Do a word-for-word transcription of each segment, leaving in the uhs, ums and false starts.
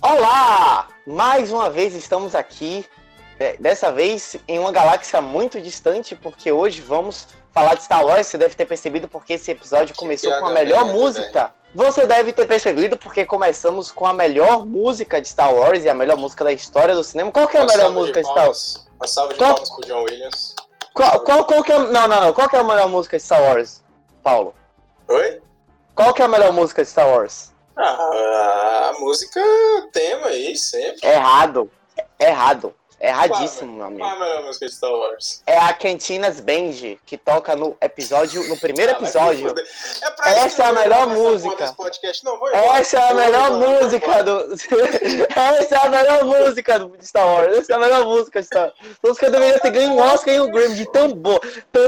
Olá! Mais uma vez estamos aqui, dessa vez em uma galáxia muito distante, porque hoje vamos falar de Star Wars. Você deve ter percebido porque esse episódio começou com a melhor música. Você deve ter percebido porque começamos com a melhor música de Star Wars e a melhor música da história do cinema. Qual que é a melhor música de Star Wars? Uma salva de palmas pro John Williams. Qual, qual, qual que é... Não, não, não. Qual que é a melhor música de Star Wars, Paulo? Oi? Qual que é a melhor música de Star Wars? Ah, a música tema aí, sempre. Errado. Errado. Erradíssimo, meu amigo. Qual a melhor música de Star Wars? É a Cantinas Band, que toca no episódio, no primeiro episódio. É pra Essa é a melhor música. Não, vou Essa é a melhor música do... Essa é a melhor música do Star Wars. Essa é a melhor música de Star Wars. A música deveria ter ganho um Oscar e um Grammy de tão boa.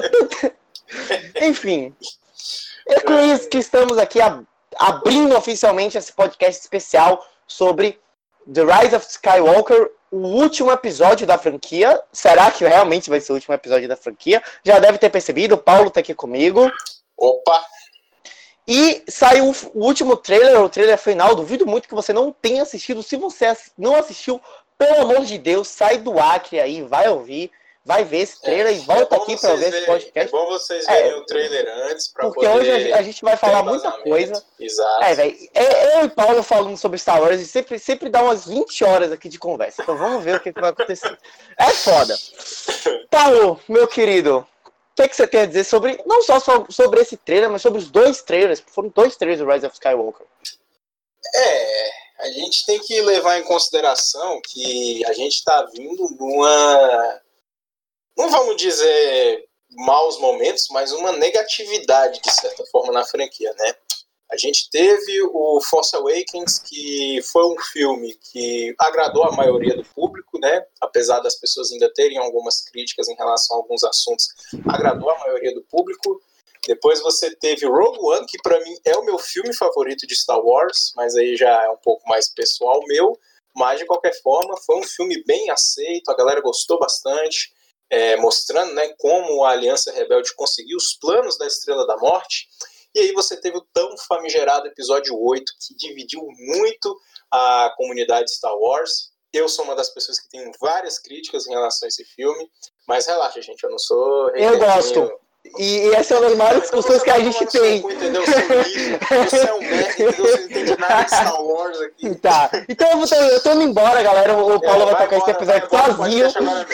Enfim. É com isso que estamos aqui ab- abrindo oficialmente esse podcast especial sobre The Rise of Skywalker, o último episódio da franquia. Será que realmente vai ser o último episódio da franquia? Já deve ter percebido, o Paulo tá aqui comigo. Opa! E saiu o último trailer, o trailer final. Duvido muito que você não tenha assistido. Se você não assistiu, pelo amor de Deus, sai do Acre aí, vai ouvir, vai ver esse trailer é, e volta é aqui pra ver esse podcast. É bom vocês verem é, o trailer antes pra porque poder... Porque hoje a gente vai falar muita coisa. Exato. É, velho, eu e Paulo falando sobre Star Wars e sempre, sempre dá umas vinte horas aqui de conversa. Então vamos ver o que, que vai acontecer. É foda. Paulo, meu querido, o que, que você tem a dizer sobre, não só sobre esse trailer, mas sobre os dois trailers, foram dois trailers do Rise of Skywalker. É, a gente tem que levar em consideração que a gente tá vindo numa... não vamos dizer maus momentos, mas uma negatividade, de certa forma, na franquia, né? A gente teve o Force Awakens, que foi um filme que agradou a maioria do público, né? Apesar das pessoas ainda terem algumas críticas em relação a alguns assuntos, agradou a maioria do público. Depois você teve Rogue One, que para mim é o meu filme favorito de Star Wars, mas aí já é um pouco mais pessoal meu. Mas, de qualquer forma, foi um filme bem aceito, a galera gostou bastante. É, mostrando, né, como a Aliança Rebelde conseguiu os planos da Estrela da Morte. E aí você teve o tão famigerado episódio oito, que dividiu muito a comunidade Star Wars. Eu sou uma das pessoas que tem várias críticas em relação a esse filme, mas relaxa, gente, eu não sou... Eu gosto. E, e essa é uma das maiores discussões que a gente tem. Cu, entendeu? Você é um merda, entendeu? Você não entende nada de Star Wars aqui. Tá. Então eu, vou tô, eu tô indo embora, galera. O Paulo é, vai, vai tocar esse episódio sozinho.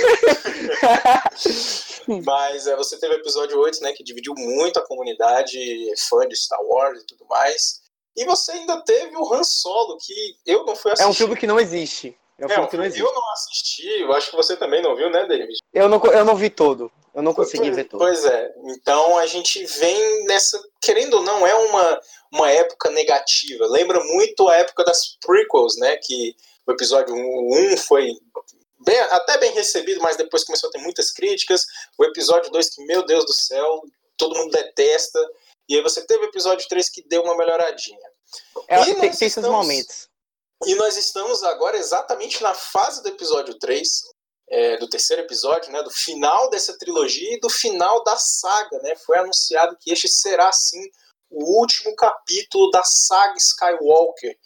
Mas é, você teve o episódio oito, né? Que dividiu muito a comunidade fã de Star Wars e tudo mais. E você ainda teve o Han Solo, que eu não fui assistir. É um filme que não existe. É um é, filme que não existe. Eu não assisti, eu acho que você também não viu, né, David? Eu não, eu não vi todo. Eu não consegui pois, ver tudo. Pois é. Então a gente vem nessa... Querendo ou não, é uma, uma época negativa. Lembra muito a época das prequels, né? Que o episódio um foi bem, até bem recebido, mas depois começou a ter muitas críticas. O episódio dois que, meu Deus do céu, todo mundo detesta. E aí você teve o episódio três que deu uma melhoradinha. É, tem tem esses momentos. E nós estamos agora exatamente na fase do episódio três... É, do terceiro episódio, né, do final dessa trilogia e do final da saga, né, foi anunciado que este será, sim, o último capítulo da saga Skywalker.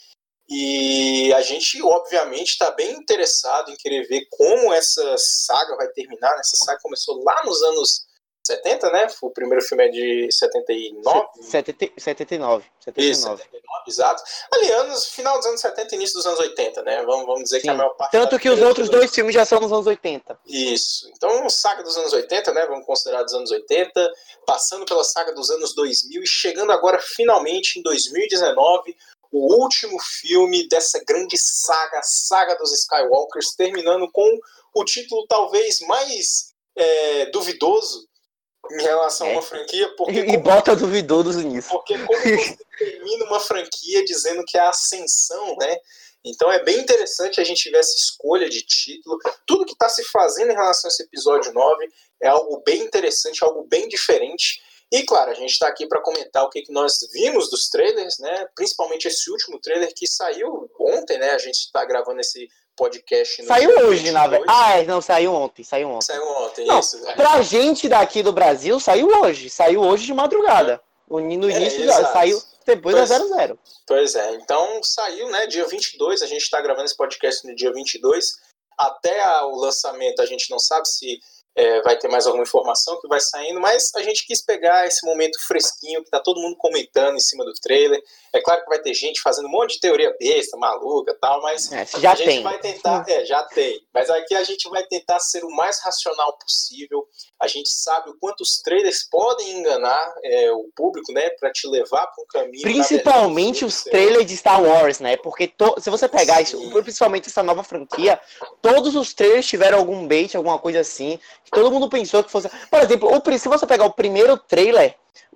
E a gente, obviamente, está bem interessado em querer ver como essa saga vai terminar. Essa saga começou lá nos anos setenta, né? O primeiro filme é de setenta e nove? setenta, setenta e nove. setenta e nove. Isso, setenta e nove, exato. Ali, anos, final dos anos setenta e início dos anos oitenta, né? Vamos, vamos dizer Sim. que a maior parte... Tanto que os outros dois filmes já são nos anos oitenta. Isso. Então, saga dos anos oitenta, né? Vamos considerar dos anos oitenta, passando pela saga dos anos dois mil e chegando agora, finalmente, em dois mil e dezenove, o último filme dessa grande saga, a saga dos Skywalkers, terminando com o título talvez mais é, duvidoso em relação é. a uma franquia, porque... E, e bota duvidosos nisso. Porque como você termina uma franquia dizendo que é a ascensão, né? Então é bem interessante a gente ver essa escolha de título. Tudo que está se fazendo em relação a esse episódio nove é algo bem interessante, algo bem diferente. E, claro, a gente está aqui para comentar o que, que nós vimos dos trailers, né? Principalmente esse último trailer que saiu ontem, né? A gente está gravando esse podcast... No saiu hoje, na verdade. Ah, é, não, saiu ontem, saiu ontem. Saiu ontem, não, isso. Pra gente daqui do Brasil, saiu hoje. Saiu hoje de madrugada. No início, é, já, saiu, depois Pois- é zero zero. Pois é, então saiu, né, dia vinte e dois, a gente está gravando esse podcast no dia vinte e dois. Até a- o lançamento a gente não sabe se é, vai ter mais alguma informação que vai saindo, mas a gente quis pegar esse momento fresquinho, que tá todo mundo comentando em cima do trailer. É claro que vai ter gente fazendo um monte de teoria besta, maluca e tal, mas É, já a gente tem. vai tentar, é, já tem, mas aqui a gente vai tentar ser o mais racional possível. A gente sabe o quanto os trailers podem enganar é, o público, né, para te levar para um caminho. Principalmente os trailers de Star Wars, né? Porque to... se você pegar isso, Sim. principalmente essa nova franquia, todos os trailers tiveram algum bait, alguma coisa assim, que todo mundo pensou que fosse. Por exemplo, o... se você pegar o primeiro trailer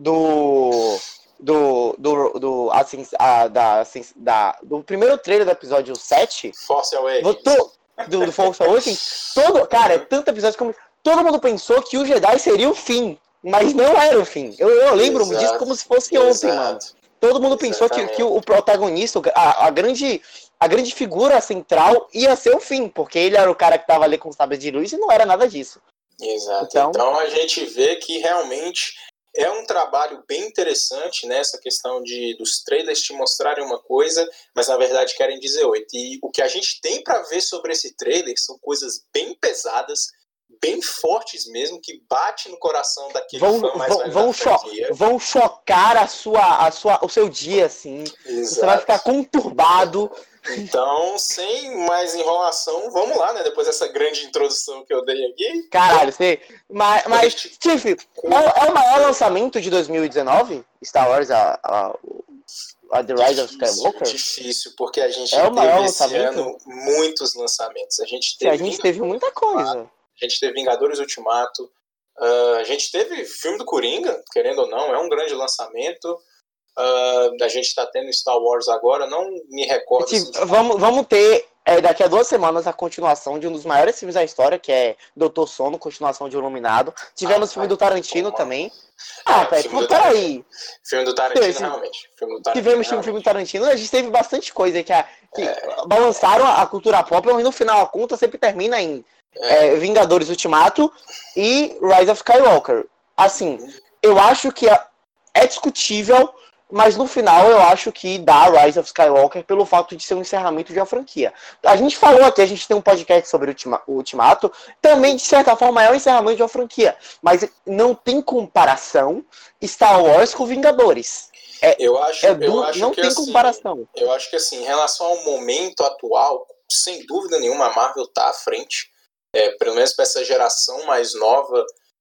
do. Do. Do. do assim, a, da, assim, da, do primeiro trailer do episódio sete. Force Awakens. Votou, do, do Force Awakens, todo, cara, é tanto episódio como. Todo mundo pensou que o Jedi seria o fim, mas não era o fim. Eu, eu lembro Exato, disso como se fosse ontem, exato. mano. Todo mundo pensou que, Exatamente. que o protagonista, a, a, grande, a grande figura central ia ser o fim, porque ele era o cara que tava ali com os sabres de luz e não era nada disso. Exato. Então, então a gente vê que realmente é um trabalho bem interessante, né, essa questão de, dos trailers te mostrarem uma coisa, mas na verdade querem dizer oito. E o que a gente tem para ver sobre esse trailer são coisas bem pesadas, bem fortes mesmo, que bate no coração daquele vão, fã mais vão, velho vão, da cho franquia. vão chocar a sua, a sua, o seu dia, assim. Exato. Você vai ficar conturbado. Então, sem mais enrolação, vamos lá, né? Depois dessa grande introdução que eu dei aqui. Caralho, você. Mas, mas Tiff, é, é o maior lançamento de dois mil e dezenove? Star Wars, a, a, a The Rise of Skywalker? Difícil, porque a gente É o maior teve esse lançamento? ano muitos lançamentos. A gente Se teve, a gente teve muita coisa. A gente teve Vingadores Ultimato. Uh, a gente teve filme do Coringa, querendo ou não, é um grande lançamento. Uh, a gente está tendo Star Wars agora, não me recordo. Tive, assim, vamos, vamos ter é, daqui a duas semanas a continuação de um dos maiores filmes da história, que é Doutor Sono, continuação de Iluminado. Tivemos o ah, filme do Tarantino toma. também. Ah, é, peraí, filme peraí. Filme do Tarantino, Esse, realmente. Filme do Tarantino, tivemos realmente. filme do Tarantino, a gente teve bastante coisa que, a, que é, balançaram a, a cultura pop, mas no final a conta sempre termina em é. É, Vingadores Ultimato e Rise of Skywalker. Assim, eu acho que é, é discutível, mas no final eu acho que dá Rise of Skywalker pelo fato de ser um encerramento de uma franquia. A gente falou aqui, a gente tem um podcast sobre Ultima, o Ultimato, também de certa forma é um encerramento de uma franquia, mas não tem comparação Star Wars com Vingadores. É, eu acho, é do, eu acho não que tem assim, comparação. Eu acho que assim, em relação ao momento atual, sem dúvida nenhuma a Marvel está à frente. É, pelo menos para essa geração mais nova,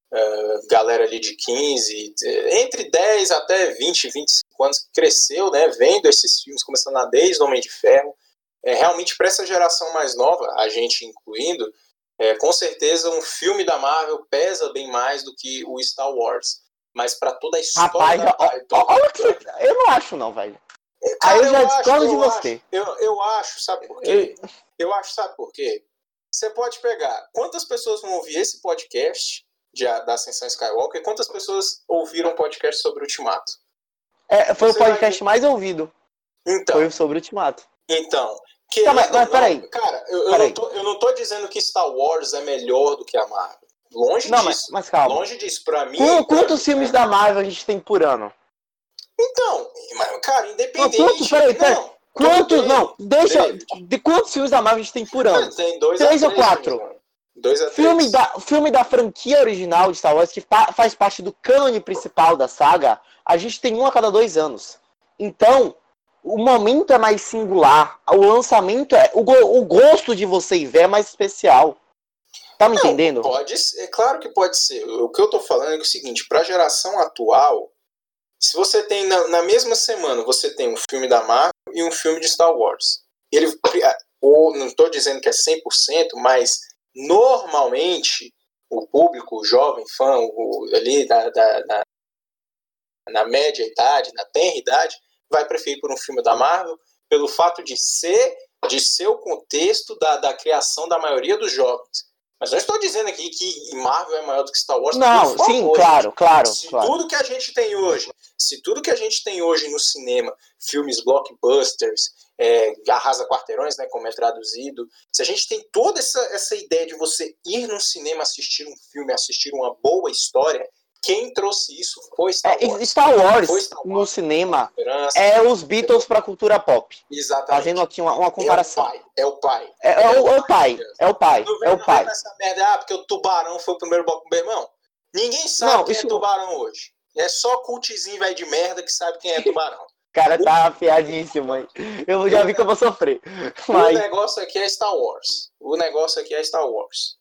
uh, galera ali de quinze, entre dez até vinte, vinte e cinco anos, que cresceu, né, vendo esses filmes, começando lá desde Homem de Ferro. É, realmente, para essa geração mais nova, a gente incluindo, é, com certeza um filme da Marvel pesa bem mais do que o Star Wars. Mas para toda a história Rapaz, da ó, ó, que eu não acho não, velho. Cara, Aí eu já eu discordo acho, de eu você. Acho, eu, eu acho, sabe por quê? Eu, eu acho, sabe por quê? Você pode pegar quantas pessoas vão ouvir esse podcast de, da Ascensão Skywalker e quantas pessoas ouviram um podcast sobre o Ultimato? É, foi Você o podcast vai... mais ouvido. Então, foi sobre o Ultimato. Então, tá, mas, mas não, peraí. Cara, eu, eu, peraí. Não tô, eu não tô dizendo que Star Wars é melhor do que a Marvel. Longe não, disso. Mas, mas calma. Longe disso. Pra mim. Qu quantos pra filmes mim, da Marvel a gente tem por ano? Então, cara, independente. Não, quantos, peraí, peraí. Não, quantos, bem, não, deixa. David. De quantos filmes da Marvel a gente tem por ano? Tem dois três a ou quatro? Filmes, dois a filme três. da, filme da franquia original de Star Wars, que fa faz parte do cânone principal da saga, a gente tem um a cada dois anos. Então, o momento é mais singular. O lançamento é. O, go o gosto de você ir ver é mais especial. Tá me Não, entendendo? Pode ser, é claro que pode ser. O que eu tô falando é, que é o seguinte, pra geração atual, se você tem na, na mesma semana, você tem um filme da Marvel e um filme de Star Wars. Ele, ou não estou dizendo que é cem por cento, mas normalmente o público, o jovem fã, o, ali da, da, da, na média idade, na tenra idade, vai preferir por um filme da Marvel pelo fato de ser, de ser o contexto da, da criação da maioria dos jovens. Mas não estou dizendo aqui que Marvel é maior do que Star Wars. Não, por favor, sim, claro, gente. claro. Se claro. tudo que a gente tem hoje, se tudo que a gente tem hoje no cinema, filmes blockbusters, é, arrasa quarteirões, né, como é traduzido, se a gente tem toda essa, essa ideia de você ir num cinema assistir um filme, assistir uma boa história, quem trouxe isso foi Star Wars. É, Star Wars, foi Star Wars no cinema, Esperança, é os Beatles para a cultura pop. Exatamente. Fazendo aqui uma, uma comparação. É o pai. É o pai. É, é, é, o, é o pai. É o pai. Não vem, é o pai. Não vem essa merda, ah, porque o Tubarão foi o primeiro bloco. Meu irmão, ninguém sabe não, quem isso... é Tubarão hoje. É só cultizinho velho de merda que sabe quem é Tubarão. Cara, tá afiadíssimo, hein? Eu já vi que eu vou sofrer. Mas... O negócio aqui é Star Wars. O negócio aqui é Star Wars.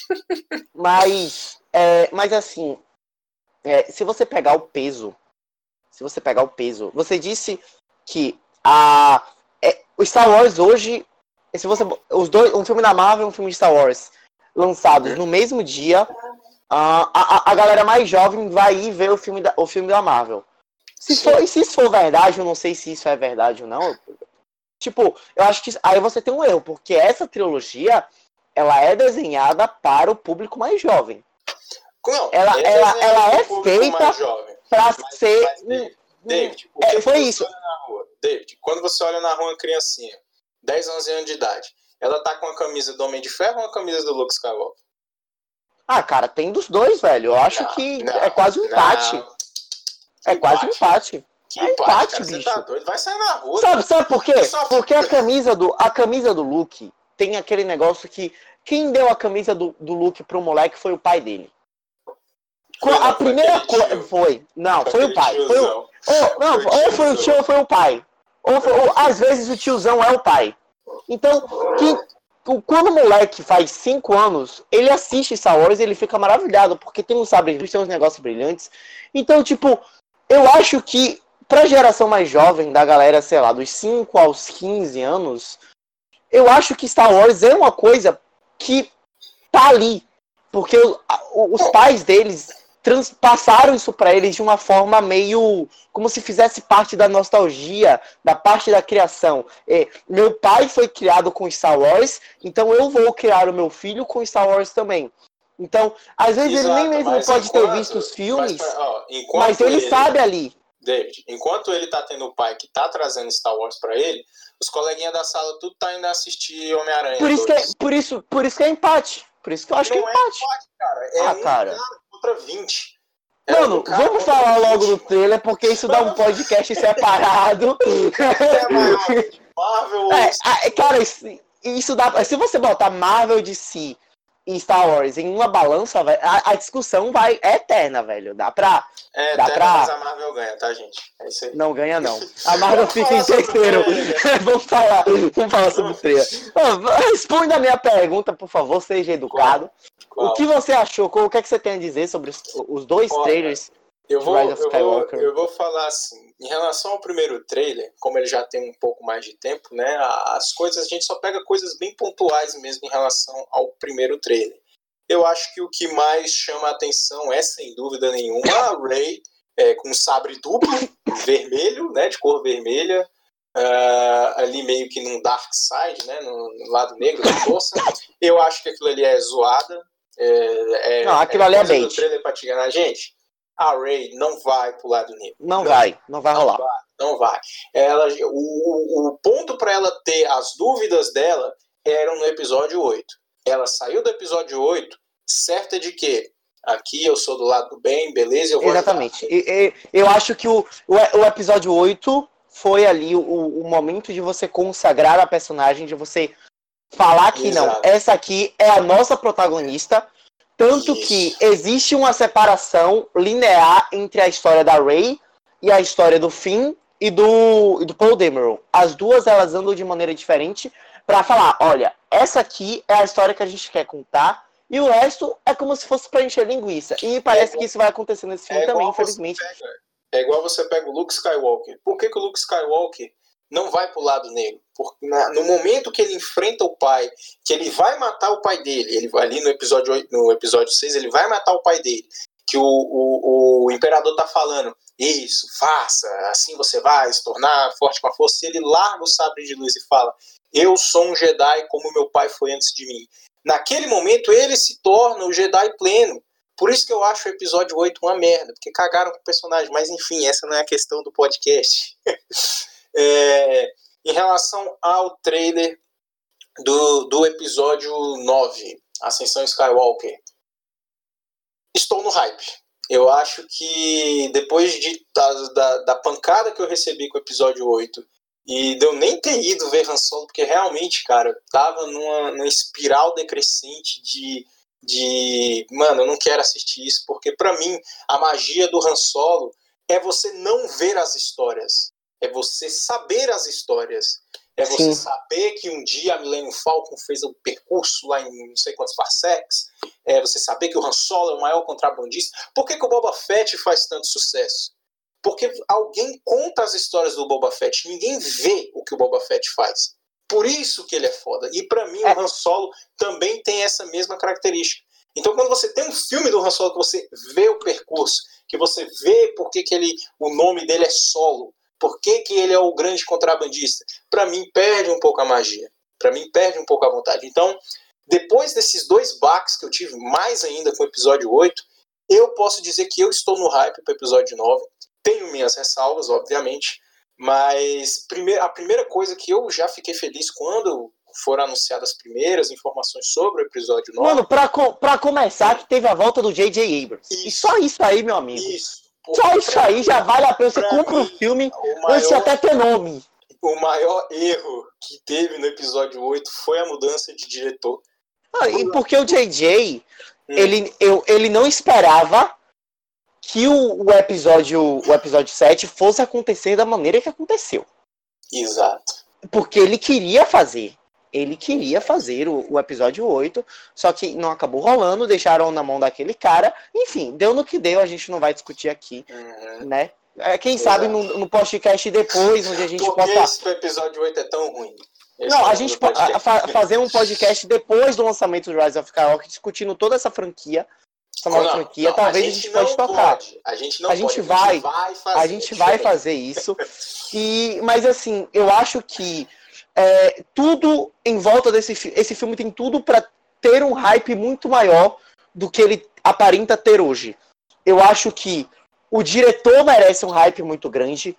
Mas, é, mas assim, é, se você pegar o peso, se você pegar o peso, você disse que a, é, o Star Wars hoje, se você, os dois, um filme da Marvel e um filme de Star Wars lançados no mesmo dia, a, a, a galera mais jovem vai ir ver o filme da, o filme da Marvel. Se, for, se isso for verdade, eu não sei se isso é verdade ou não. Tipo, eu acho que aí você tem um erro, porque essa trilogia, ela é desenhada para o público mais jovem. Não, ela é, ela, ela é feita para ser... Mas, David, David o é, que foi você isso. olha na rua? David, quando você olha na rua uma criancinha, dez, onze anos de idade, ela tá com a camisa do Homem de Ferro ou a camisa do Luke Skywalker? Ah, cara, tem dos dois, velho. Eu acho não, que não, é quase um empate. Não. É quase um empate. Que é empate, empate, cara, bicho. Você tá doido? Vai sair na rua. Sabe, sabe por quê? Só... Porque a camisa, do, a camisa do Luke tem aquele negócio que quem deu a camisa do, do Luke pro moleque foi o pai dele. Foi, a primeira coisa foi. Não, foi, foi o pai. Foi o, ou, não, foi ou foi o tio ou foi o pai. Ou, foi, ou às vezes o tiozão é o pai. Então, quem, quando o moleque faz cinco anos, ele assiste Star Wars e ele fica maravilhado, porque tem um sabre, tem uns negócios brilhantes. Então, tipo, eu acho que pra geração mais jovem, da galera, sei lá, dos cinco aos quinze anos, eu acho que Star Wars é uma coisa que tá ali. Porque os, os pais deles transpassaram isso pra eles de uma forma meio... como se fizesse parte da nostalgia, da parte da criação. É, meu pai foi criado com Star Wars, então eu vou criar o meu filho com Star Wars também. Então, às vezes Exato, ele nem mesmo pode enquanto, ter visto os filmes, mas, ó, mas ele, ele sabe ali. David, enquanto ele tá tendo o pai que tá trazendo Star Wars pra ele, os coleguinhas da sala tudo tá indo assistir Homem-Aranha. Por isso, que é, por, isso, por isso que é empate. Por isso que eu acho Não que é empate. É empate, cara. É ah, um cara. cara contra vinte. É Mano, um cara vamos falar vinte. Logo do trailer, porque isso dá um podcast separado. É maior, Marvel é, cara, isso, isso dá... Se você botar Marvel, D C e Star Wars em uma balança, a, a discussão vai é eterna, velho. Dá pra... É dá eterna, pra... mas a Marvel ganha, tá, gente? É isso aí. Não ganha, não. A Marvel fica em terceiro. vamos falar, vamos falar sobre o trailer. Responda a minha pergunta, por favor, seja educado. Qual? Qual? O que você achou? O que é que você tem a dizer sobre os, os dois Olha, trailers eu vou, de Rise of Skywalker? Eu vou, eu vou falar assim, em relação ao primeiro trailer, como ele já tem um pouco mais de tempo, né? As coisas, a gente só pega coisas bem pontuais mesmo em relação ao primeiro trailer. Eu acho que o que mais chama a atenção é, sem dúvida nenhuma, a Rey é, com um sabre duplo, vermelho, né? De cor vermelha. Uh, ali meio que num dark side, né, no, no lado negro da força. Eu acho que aquilo ali é zoada. É, é, não, aquilo é ali é bait. Do trailer pra te enganar. Gente, a Rey não vai pro lado negro. Não, não vai, não vai rolar. Não vai. Não vai. Ela, o, o ponto para ela ter as dúvidas dela eram no episódio oito. Ela saiu do episódio oito certa de que aqui eu sou do lado do bem, beleza, eu vou Exatamente. E, e, eu acho que o, o, o episódio oito foi ali o, o momento de você consagrar a personagem, de você falar que Exato. Não, essa aqui é a nossa protagonista, tanto Isso. Que existe uma separação linear entre a história da Rey e a história do Finn e do, e do Paul Dameron. As duas, elas andam de maneira diferente para falar, olha, essa aqui é a história que a gente quer contar, e o resto é como se fosse pra encher linguiça. E me parece é que isso vai acontecer nesse filme é também, infelizmente. Pega, é igual você pega o Luke Skywalker. Por que, que o Luke Skywalker não vai pro lado negro? Porque na, no momento que ele enfrenta o pai, que ele vai matar o pai dele, ele ali no episódio, no episódio seis, ele vai matar o pai dele, que o, o, o imperador tá falando, isso, faça, assim você vai se tornar forte com a força, e ele larga o sabre de luz e fala, eu sou um Jedi como meu pai foi antes de mim. Naquele momento ele se torna o Jedi pleno. Por isso que eu acho o episódio oito uma merda, porque cagaram com o personagem. Mas enfim, essa não é a questão do podcast. é, em relação ao trailer do, do episódio nove, Ascensão Skywalker, estou no hype. Eu acho que depois de, da, da, da pancada que eu recebi com o episódio oito, e de eu nem ter ido ver Han Solo, porque realmente, cara, tava numa, numa espiral decrescente de, de... Mano, eu não quero assistir isso, porque pra mim, a magia do Han Solo é você não ver as histórias. É você saber as histórias. É você Sim. saber que um dia a Millennium Falcon fez um percurso lá em não sei quantos parsecs. É você saber que o Han Solo é o maior contrabandista. Por que, que o Boba Fett faz tanto sucesso? Porque alguém conta as histórias do Boba Fett. Ninguém vê o que o Boba Fett faz. Por isso que ele é foda. E pra mim é. o Han Solo também tem essa mesma característica. Então quando você tem um filme do Han Solo que você vê o percurso, que você vê por que, que ele, o nome dele é Solo, por que, que ele é o grande contrabandista, pra mim perde um pouco a magia. Pra mim perde um pouco a vontade. Então, depois desses dois baques que eu tive, mais ainda com o episódio oito, eu posso dizer que eu estou no hype pro episódio nove. Tenho minhas ressalvas, obviamente, mas a primeira coisa que eu já fiquei feliz quando foram anunciadas as primeiras informações sobre o episódio nove... Mano, pra, co pra começar, que teve a volta do J J Abrams. Isso, e só isso aí, meu amigo. Isso. Só isso aí mim, já vale a pena. Você compra o um filme antes de até ter nome. O maior erro que teve no episódio oito foi a mudança de diretor. Ah, e porque o J J, hum. ele, eu, ele não esperava que o, o, episódio, o episódio sete fosse acontecer da maneira que aconteceu. Exato. Porque ele queria fazer. Ele queria fazer o, o episódio oito, só que não acabou rolando, deixaram na mão daquele cara. Enfim, deu no que deu, a gente não vai discutir aqui, uhum. né? Quem Exato. sabe no, no podcast depois, onde a gente Por possa... Por que esse episódio oito é tão ruim? Esse não, a gente pode fazer um podcast depois do lançamento do Rise of Skywalker, discutindo toda essa franquia. Essa nova não, franquia, não, talvez a gente, a gente pode tocar. Pode. A gente não a gente pode, vai, a gente vai fazer, a gente vai fazer isso. E, mas assim, eu acho que é, tudo em volta desse esse filme tem tudo para ter um hype muito maior do que ele aparenta ter hoje. Eu acho que o diretor merece um hype muito grande.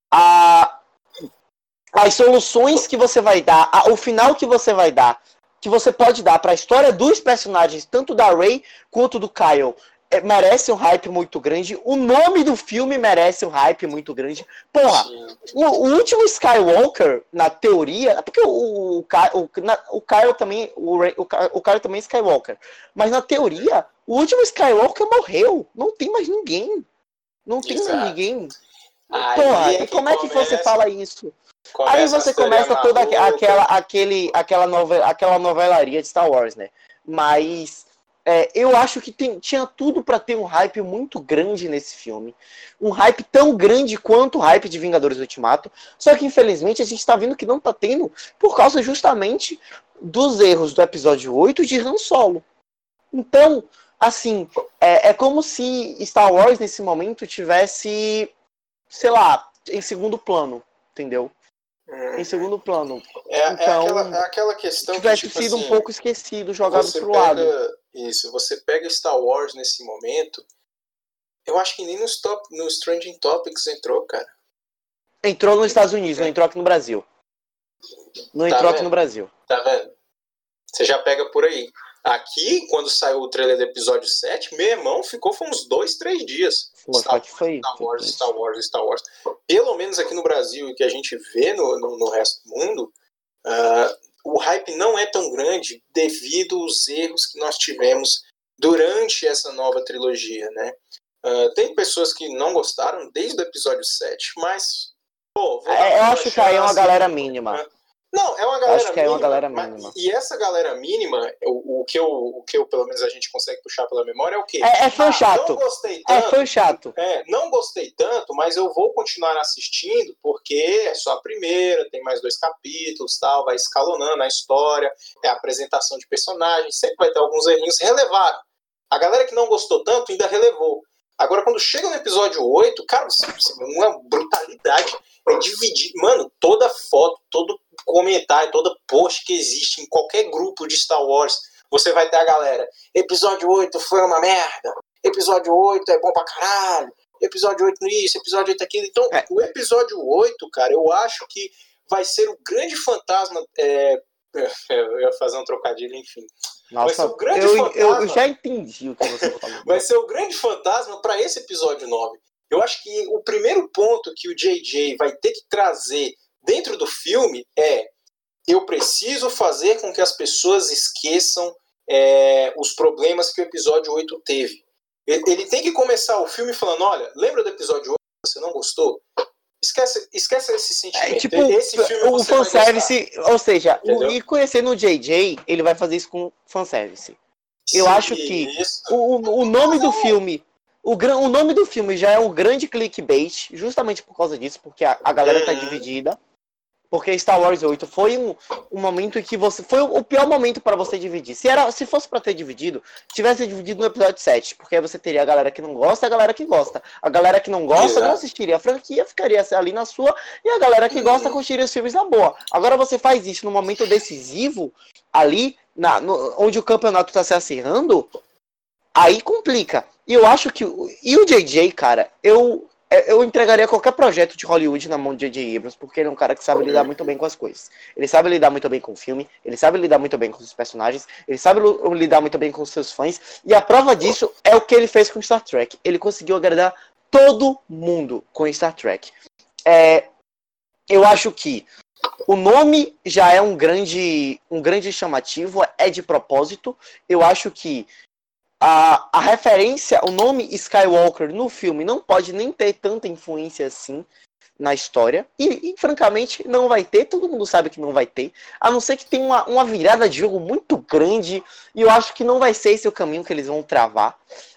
A, as soluções que você vai dar, a, o final que você vai dar, que você pode dar para a história dos personagens, tanto da Rey quanto do Kyle, é, merece um hype muito grande. O nome do filme merece um hype muito grande. Porra, o, o último Skywalker, na teoria, porque o, o, o, na, o Kyle também, o, Rey, o, o Kyle também é Skywalker, mas na teoria, o último Skywalker morreu. Não tem mais ninguém. Não tem Exato. mais ninguém. Aí Porra, é e como é que você fala isso? Começa Aí você começa toda aquela, aquele, aquela, novela, aquela novelaria de Star Wars, né? Mas é, eu acho que tem, tinha tudo pra ter um hype muito grande nesse filme. Um hype tão grande quanto o hype de Vingadores Ultimato. Só que infelizmente a gente tá vendo que não tá tendo por causa justamente dos erros do episódio oito de Han Solo. Então, assim, é, é como se Star Wars nesse momento tivesse, sei lá, em segundo plano, entendeu? Hum. Em segundo plano. É, então, é, aquela, é aquela questão tivesse que, tipo, sido assim, um pouco esquecido, jogado pro pega, lado. Isso, você pega Star Wars nesse momento, eu acho que nem nos top, no Trending Topics entrou, cara. Entrou nos Estados Unidos, é. não entrou aqui no Brasil. Não tá entrou vendo? aqui no Brasil. Tá vendo? Você já pega por aí. Aqui, quando saiu o trailer do episódio sete, meu irmão ficou foi uns dois, três dias. Pô, Star, que foi, Star Wars, Star Wars, Star Wars. Pelo menos aqui no Brasil e que a gente vê no, no, no resto do mundo, uh, o hype não é tão grande devido aos erros que nós tivemos durante essa nova trilogia, né? Uh, tem pessoas que não gostaram desde o episódio sete, mas... Pô, vou é, eu acho que aí é uma galera mínima. Né? Não, é uma galera Acho que mínima. É uma galera mínima. Mas, e essa galera mínima, o, o, que eu, o que eu, pelo menos, a gente consegue puxar pela memória é o quê? É, é fã ah, chato. Não gostei tanto. É fã chato. É, não gostei tanto, mas eu vou continuar assistindo porque é só a primeira, tem mais dois capítulos, tal, vai escalonando a história, é a apresentação de personagens, sempre vai ter alguns errinhos, relevaram. A galera que não gostou tanto ainda relevou. Agora, quando chega no episódio oito, cara, uma brutalidade. É dividir, mano, toda foto, todo comentário, toda post que existe em qualquer grupo de Star Wars, você vai ter a galera. Episódio oito foi uma merda. Episódio oito é bom pra caralho. Episódio oito isso, episódio oito aquilo. Então, é. o episódio oito, cara, eu acho que vai ser o grande fantasma. É, eu ia fazer um trocadilho, enfim. Nossa, vai ser o grande eu, fantasma. eu já entendi o que você falou. Vai ser o grande fantasma para esse episódio nove. Eu acho que o primeiro ponto que o J J vai ter que trazer dentro do filme é: eu preciso fazer com que as pessoas esqueçam é, os problemas que o episódio oito teve. Ele, ele tem que começar o filme falando: olha, lembra do episódio oito que você não gostou? Esquece, esquece esse sentimento. É, tipo, esse filme o você fanservice, ou seja, o, Entendeu? e conhecendo o J J, ele vai fazer isso com fanservice. Eu Sim, acho que isso. o, o nome do filme, o, o nome do filme já é um grande clickbait, justamente por causa disso, porque a, a galera tá Uhum. dividida. Porque Star Wars oito foi um, um momento em que você. Foi o pior momento para você dividir. Se, era, se fosse para ter dividido, tivesse dividido no episódio sete. Porque aí você teria a galera que não gosta e a galera que gosta. A galera que não gosta Exato. não assistiria a franquia, ficaria ali na sua. E a galera que gosta Uhum. curtiria os filmes na boa. Agora você faz isso no momento decisivo, ali, na, no, onde o campeonato tá se acirrando, aí complica. E eu acho que. E o J J, cara, eu. Eu entregaria qualquer projeto de Hollywood na mão de J J Abrams, porque ele é um cara que sabe lidar muito bem com as coisas. Ele sabe lidar muito bem com o filme, ele sabe lidar muito bem com os personagens, ele sabe lidar muito bem com os seus fãs, e a prova disso é o que ele fez com Star Trek. Ele conseguiu agradar todo mundo com Star Trek. É, eu acho que o nome já é um grande, um grande chamativo, é de propósito. Eu acho que A, a referência, o nome Skywalker no filme não pode nem ter tanta influência assim na história. E, e, francamente, não vai ter. Todo mundo sabe que não vai ter. A não ser que tenha uma, uma virada de jogo muito grande. E eu acho que não vai ser esse o caminho que eles vão travar.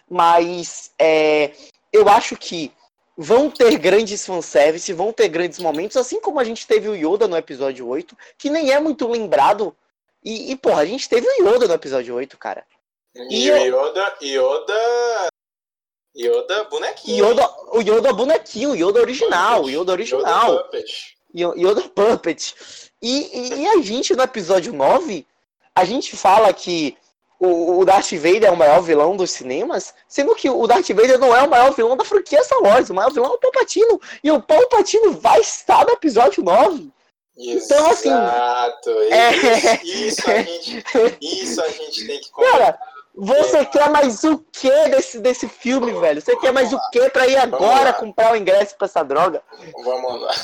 Mas é, eu acho que vão ter grandes fanservice, vão ter grandes momentos. Assim como a gente teve o Yoda no episódio oito, que nem é muito lembrado. E, e porra, a gente teve o Yoda no episódio oito, cara. E o Yoda, Yoda, Yoda bonequinho. Yoda, o Yoda bonequinho, o Yoda original, o Yoda original. Yoda Puppet. Yoda Puppet. E, e, e a gente, no episódio nove, a gente fala que o, o Darth Vader é o maior vilão dos cinemas, sendo que o Darth Vader não é o maior vilão da franquia Star Wars, o maior vilão é o Palpatine. E o Palpatine vai estar no episódio nove. Então, assim. Exato. É... Isso, isso, a gente, isso a gente tem que comentar. Cara, você quer mais o que desse, desse filme, velho? Você quer mais o que pra ir agora comprar o ingresso pra essa droga? Vamos lá.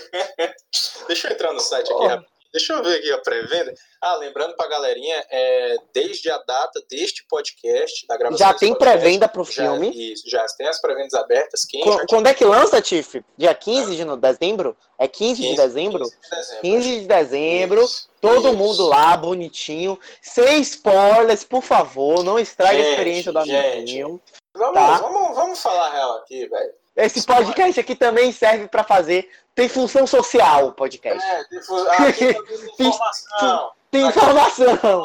Deixa eu entrar no site aqui rapidinho. Deixa eu ver aqui a pré-venda. Ah, lembrando pra galerinha, é, desde a data deste podcast, da gravação já tem pré-venda pro já, filme? Isso, já tem as pré-vendas abertas. Quem quando, quando é que lança, Tiff? Dia quinze de dezembro? É quinze, quinze de dezembro? quinze de dezembro. quinze de dezembro. Isso, todo isso. mundo lá, bonitinho. Sem spoilers, por favor. Não estrague gente, a experiência do amiguinho. Vamos, tá? vamos, vamos falar real aqui, velho. Esse podcast aqui também serve pra fazer... Tem função social o podcast. É, tem, fu... ah, aqui tem informação. Tem informação.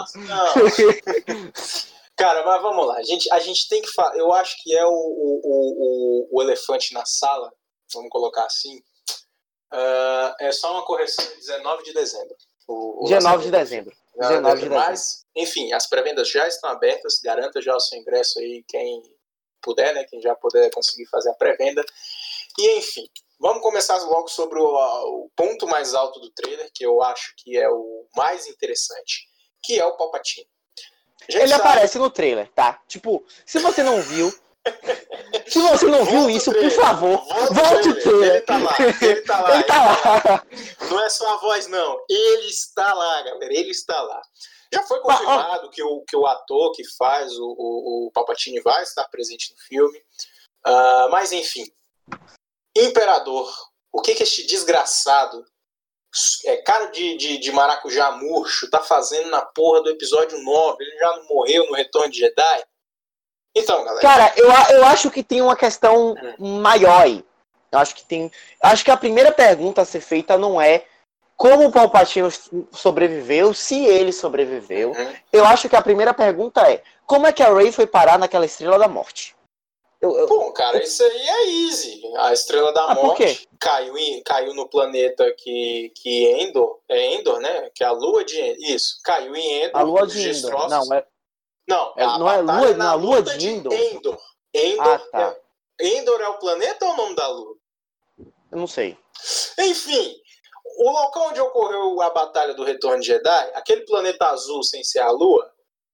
Cara, mas vamos lá. A gente, a gente tem que falar. Eu acho que é o, o, o, o elefante na sala. Vamos colocar assim. Uh, é só uma correção. dezenove de dezembro. O, o dezenove de dezembro. dezenove de dezembro. Mas, enfim, as pré-vendas já estão abertas. Garanta já o seu ingresso aí, quem puder, né? Quem já puder conseguir fazer a pré-venda. E, enfim. Vamos começar logo sobre o, o ponto mais alto do trailer, que eu acho que é o mais interessante, que é o Palpatine. Ele sabe... aparece no trailer, tá? Tipo, se você não viu, se você não viu isso, por favor, volte o trailer. Ele tá lá, ele tá lá. ele tá lá. Não é só a voz, não. Ele está lá, galera, ele está lá. Já foi confirmado que o, que o ator que faz o, o, o Palpatine vai estar presente no filme. Uh, mas, enfim... Imperador, o que que este desgraçado, é, cara de, de, de maracujá murcho, tá fazendo na porra do episódio nove? Ele já não morreu no Retorno de Jedi? Então, galera... Cara, eu, eu acho que tem uma questão hum. maior aí. Eu acho que tem... Acho que a primeira pergunta a ser feita não é como o Palpatine sobreviveu, se ele sobreviveu. Uhum. Eu acho que a primeira pergunta é como é que a Rey foi parar naquela Estrela da Morte? Eu, eu, Bom, cara, eu... isso aí é easy. A Estrela da ah, Morte caiu, em, caiu no planeta que, que Endor, é Endor, né? Que é a lua de Endor. Isso, caiu em Endor. A lua de Endor. Não, é... não, é, não é lua, na lua de, de Endor. Endor. Endor, ah, tá. é, Endor é o planeta ou o nome da lua? Eu não sei. Enfim, o local onde ocorreu a Batalha do Retorno de Jedi, aquele planeta azul sem ser a lua,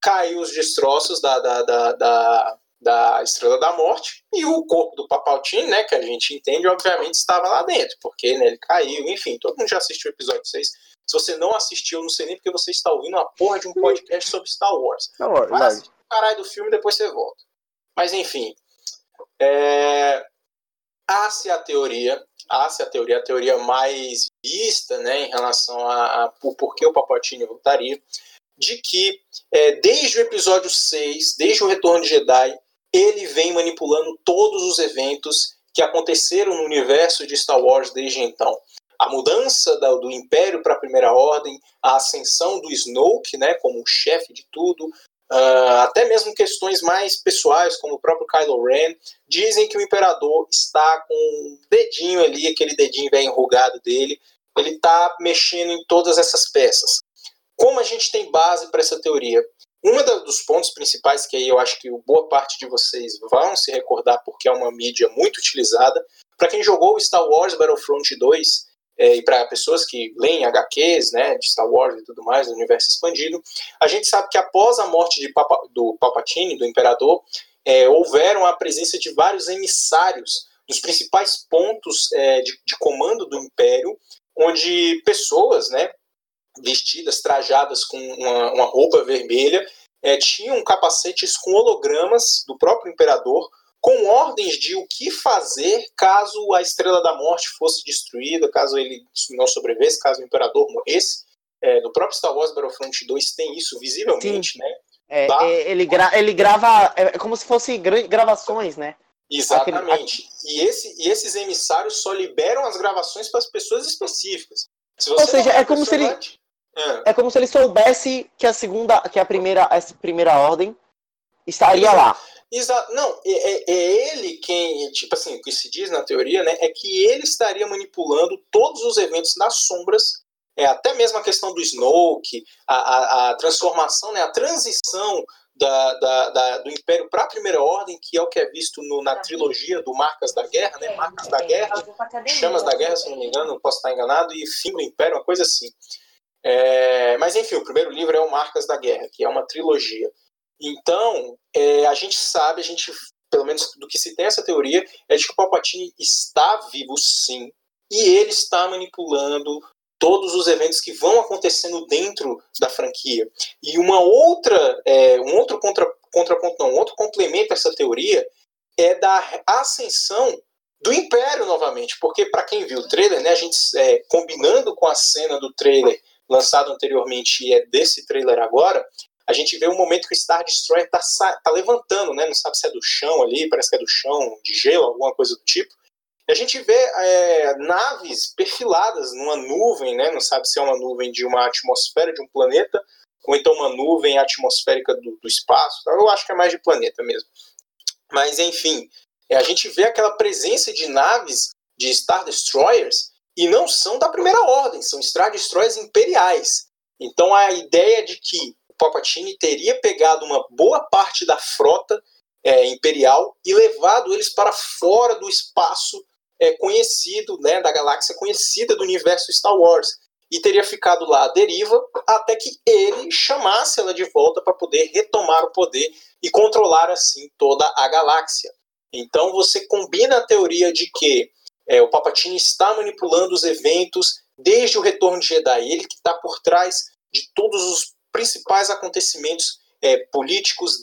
caiu os destroços da, da, da, da, da Estrela da Morte, e o corpo do Palpatine, né, que a gente entende, obviamente estava lá dentro, porque né, ele caiu, enfim, todo mundo já assistiu o episódio seis. Se você não assistiu, não sei nem porque você está ouvindo uma porra de um podcast sobre Star Wars. Star Wars, vai assistir o caralho do filme e depois você volta. Mas enfim, é... há-se a teoria, há-se a teoria, a teoria mais vista, né, em relação a, a por, por que o Palpatine voltaria, de que é, desde o episódio seis, desde o Retorno de Jedi, ele vem manipulando todos os eventos que aconteceram no universo de Star Wars desde então. A mudança da, do Império para a Primeira Ordem, a ascensão do Snoke, né, como o chefe de tudo, uh, até mesmo questões mais pessoais, como o próprio Kylo Ren, dizem que o Imperador está com um dedinho ali, aquele dedinho bem enrugado dele, ele está mexendo em todas essas peças. Como a gente tem base para essa teoria? Um dos pontos principais, que aí eu acho que boa parte de vocês vão se recordar, porque é uma mídia muito utilizada, para quem jogou Star Wars Battlefront dois, é, e para pessoas que leem H Qs, né, de Star Wars e tudo mais, do universo expandido, a gente sabe que após a morte de Papa, do Palpatine, do Imperador, é, houveram a presença de vários emissários dos principais pontos é, de, de comando do Império, onde pessoas, né, vestidas, trajadas com uma, uma roupa vermelha, é, tinham capacetes com hologramas do próprio Imperador, com ordens de o que fazer caso a Estrela da Morte fosse destruída, caso ele não sobrevivesse, caso o Imperador morresse. É, no próprio Star Wars Battlefront dois tem isso visivelmente, Sim. né? É, Tá? é, ele, gra ele grava, é como se fossem gravações, né? Exatamente. Aquele... E, esse, e esses emissários só liberam as gravações para as pessoas específicas. Se você Ou seja, é como se ele... É. é como se ele soubesse que a segunda, que a primeira, a primeira ordem estaria Exato. lá. Exato. Não, é, é ele quem, tipo assim, o que se diz na teoria, né, é que ele estaria manipulando todos os eventos nas sombras, é, até mesmo a questão do Snoke, a, a, a transformação, né, a transição da, da, da, do Império para a Primeira Ordem, que é o que é visto no, na trilogia do Marcas da Guerra, né, Marcas da Guerra, Chamas da Guerra, se não me engano, não posso estar enganado, e Fim do Império, uma coisa assim. É, mas enfim, o primeiro livro é o Marcas da Guerra, que é uma trilogia. Então, é, a gente sabe, a gente, pelo menos do que se tem essa teoria, é de que o Palpatine está vivo sim, e ele está manipulando todos os eventos que vão acontecendo dentro da franquia. E uma outra, é, um outro contra, contraponto, não, um outro complemento a essa teoria é da ascensão do Império novamente, porque para quem viu o trailer, né, a gente é, combinando com a cena do trailer lançado anteriormente e é desse trailer agora, a gente vê um momento que o Star Destroyer tá, tá levantando, né? Não sabe se é do chão ali, parece que é do chão, de gelo, alguma coisa do tipo. E a gente vê é, naves perfiladas numa nuvem, né? Não sabe se é uma nuvem de uma atmosfera de um planeta, ou então uma nuvem atmosférica do, do espaço. Eu acho que é mais de planeta mesmo. Mas, enfim, é, a gente vê aquela presença de naves de Star Destroyers, e não são da Primeira Ordem, são Star Destroyers imperiais. Então a ideia de que o Palpatine teria pegado uma boa parte da frota é, imperial e levado eles para fora do espaço é, conhecido, né, da galáxia conhecida do universo Star Wars, e teria ficado lá à deriva até que ele chamasse ela de volta para poder retomar o poder e controlar assim toda a galáxia. Então você combina a teoria de que é, o Palpatine está manipulando os eventos desde o Retorno de Jedi, ele que está por trás de todos os principais acontecimentos é, políticos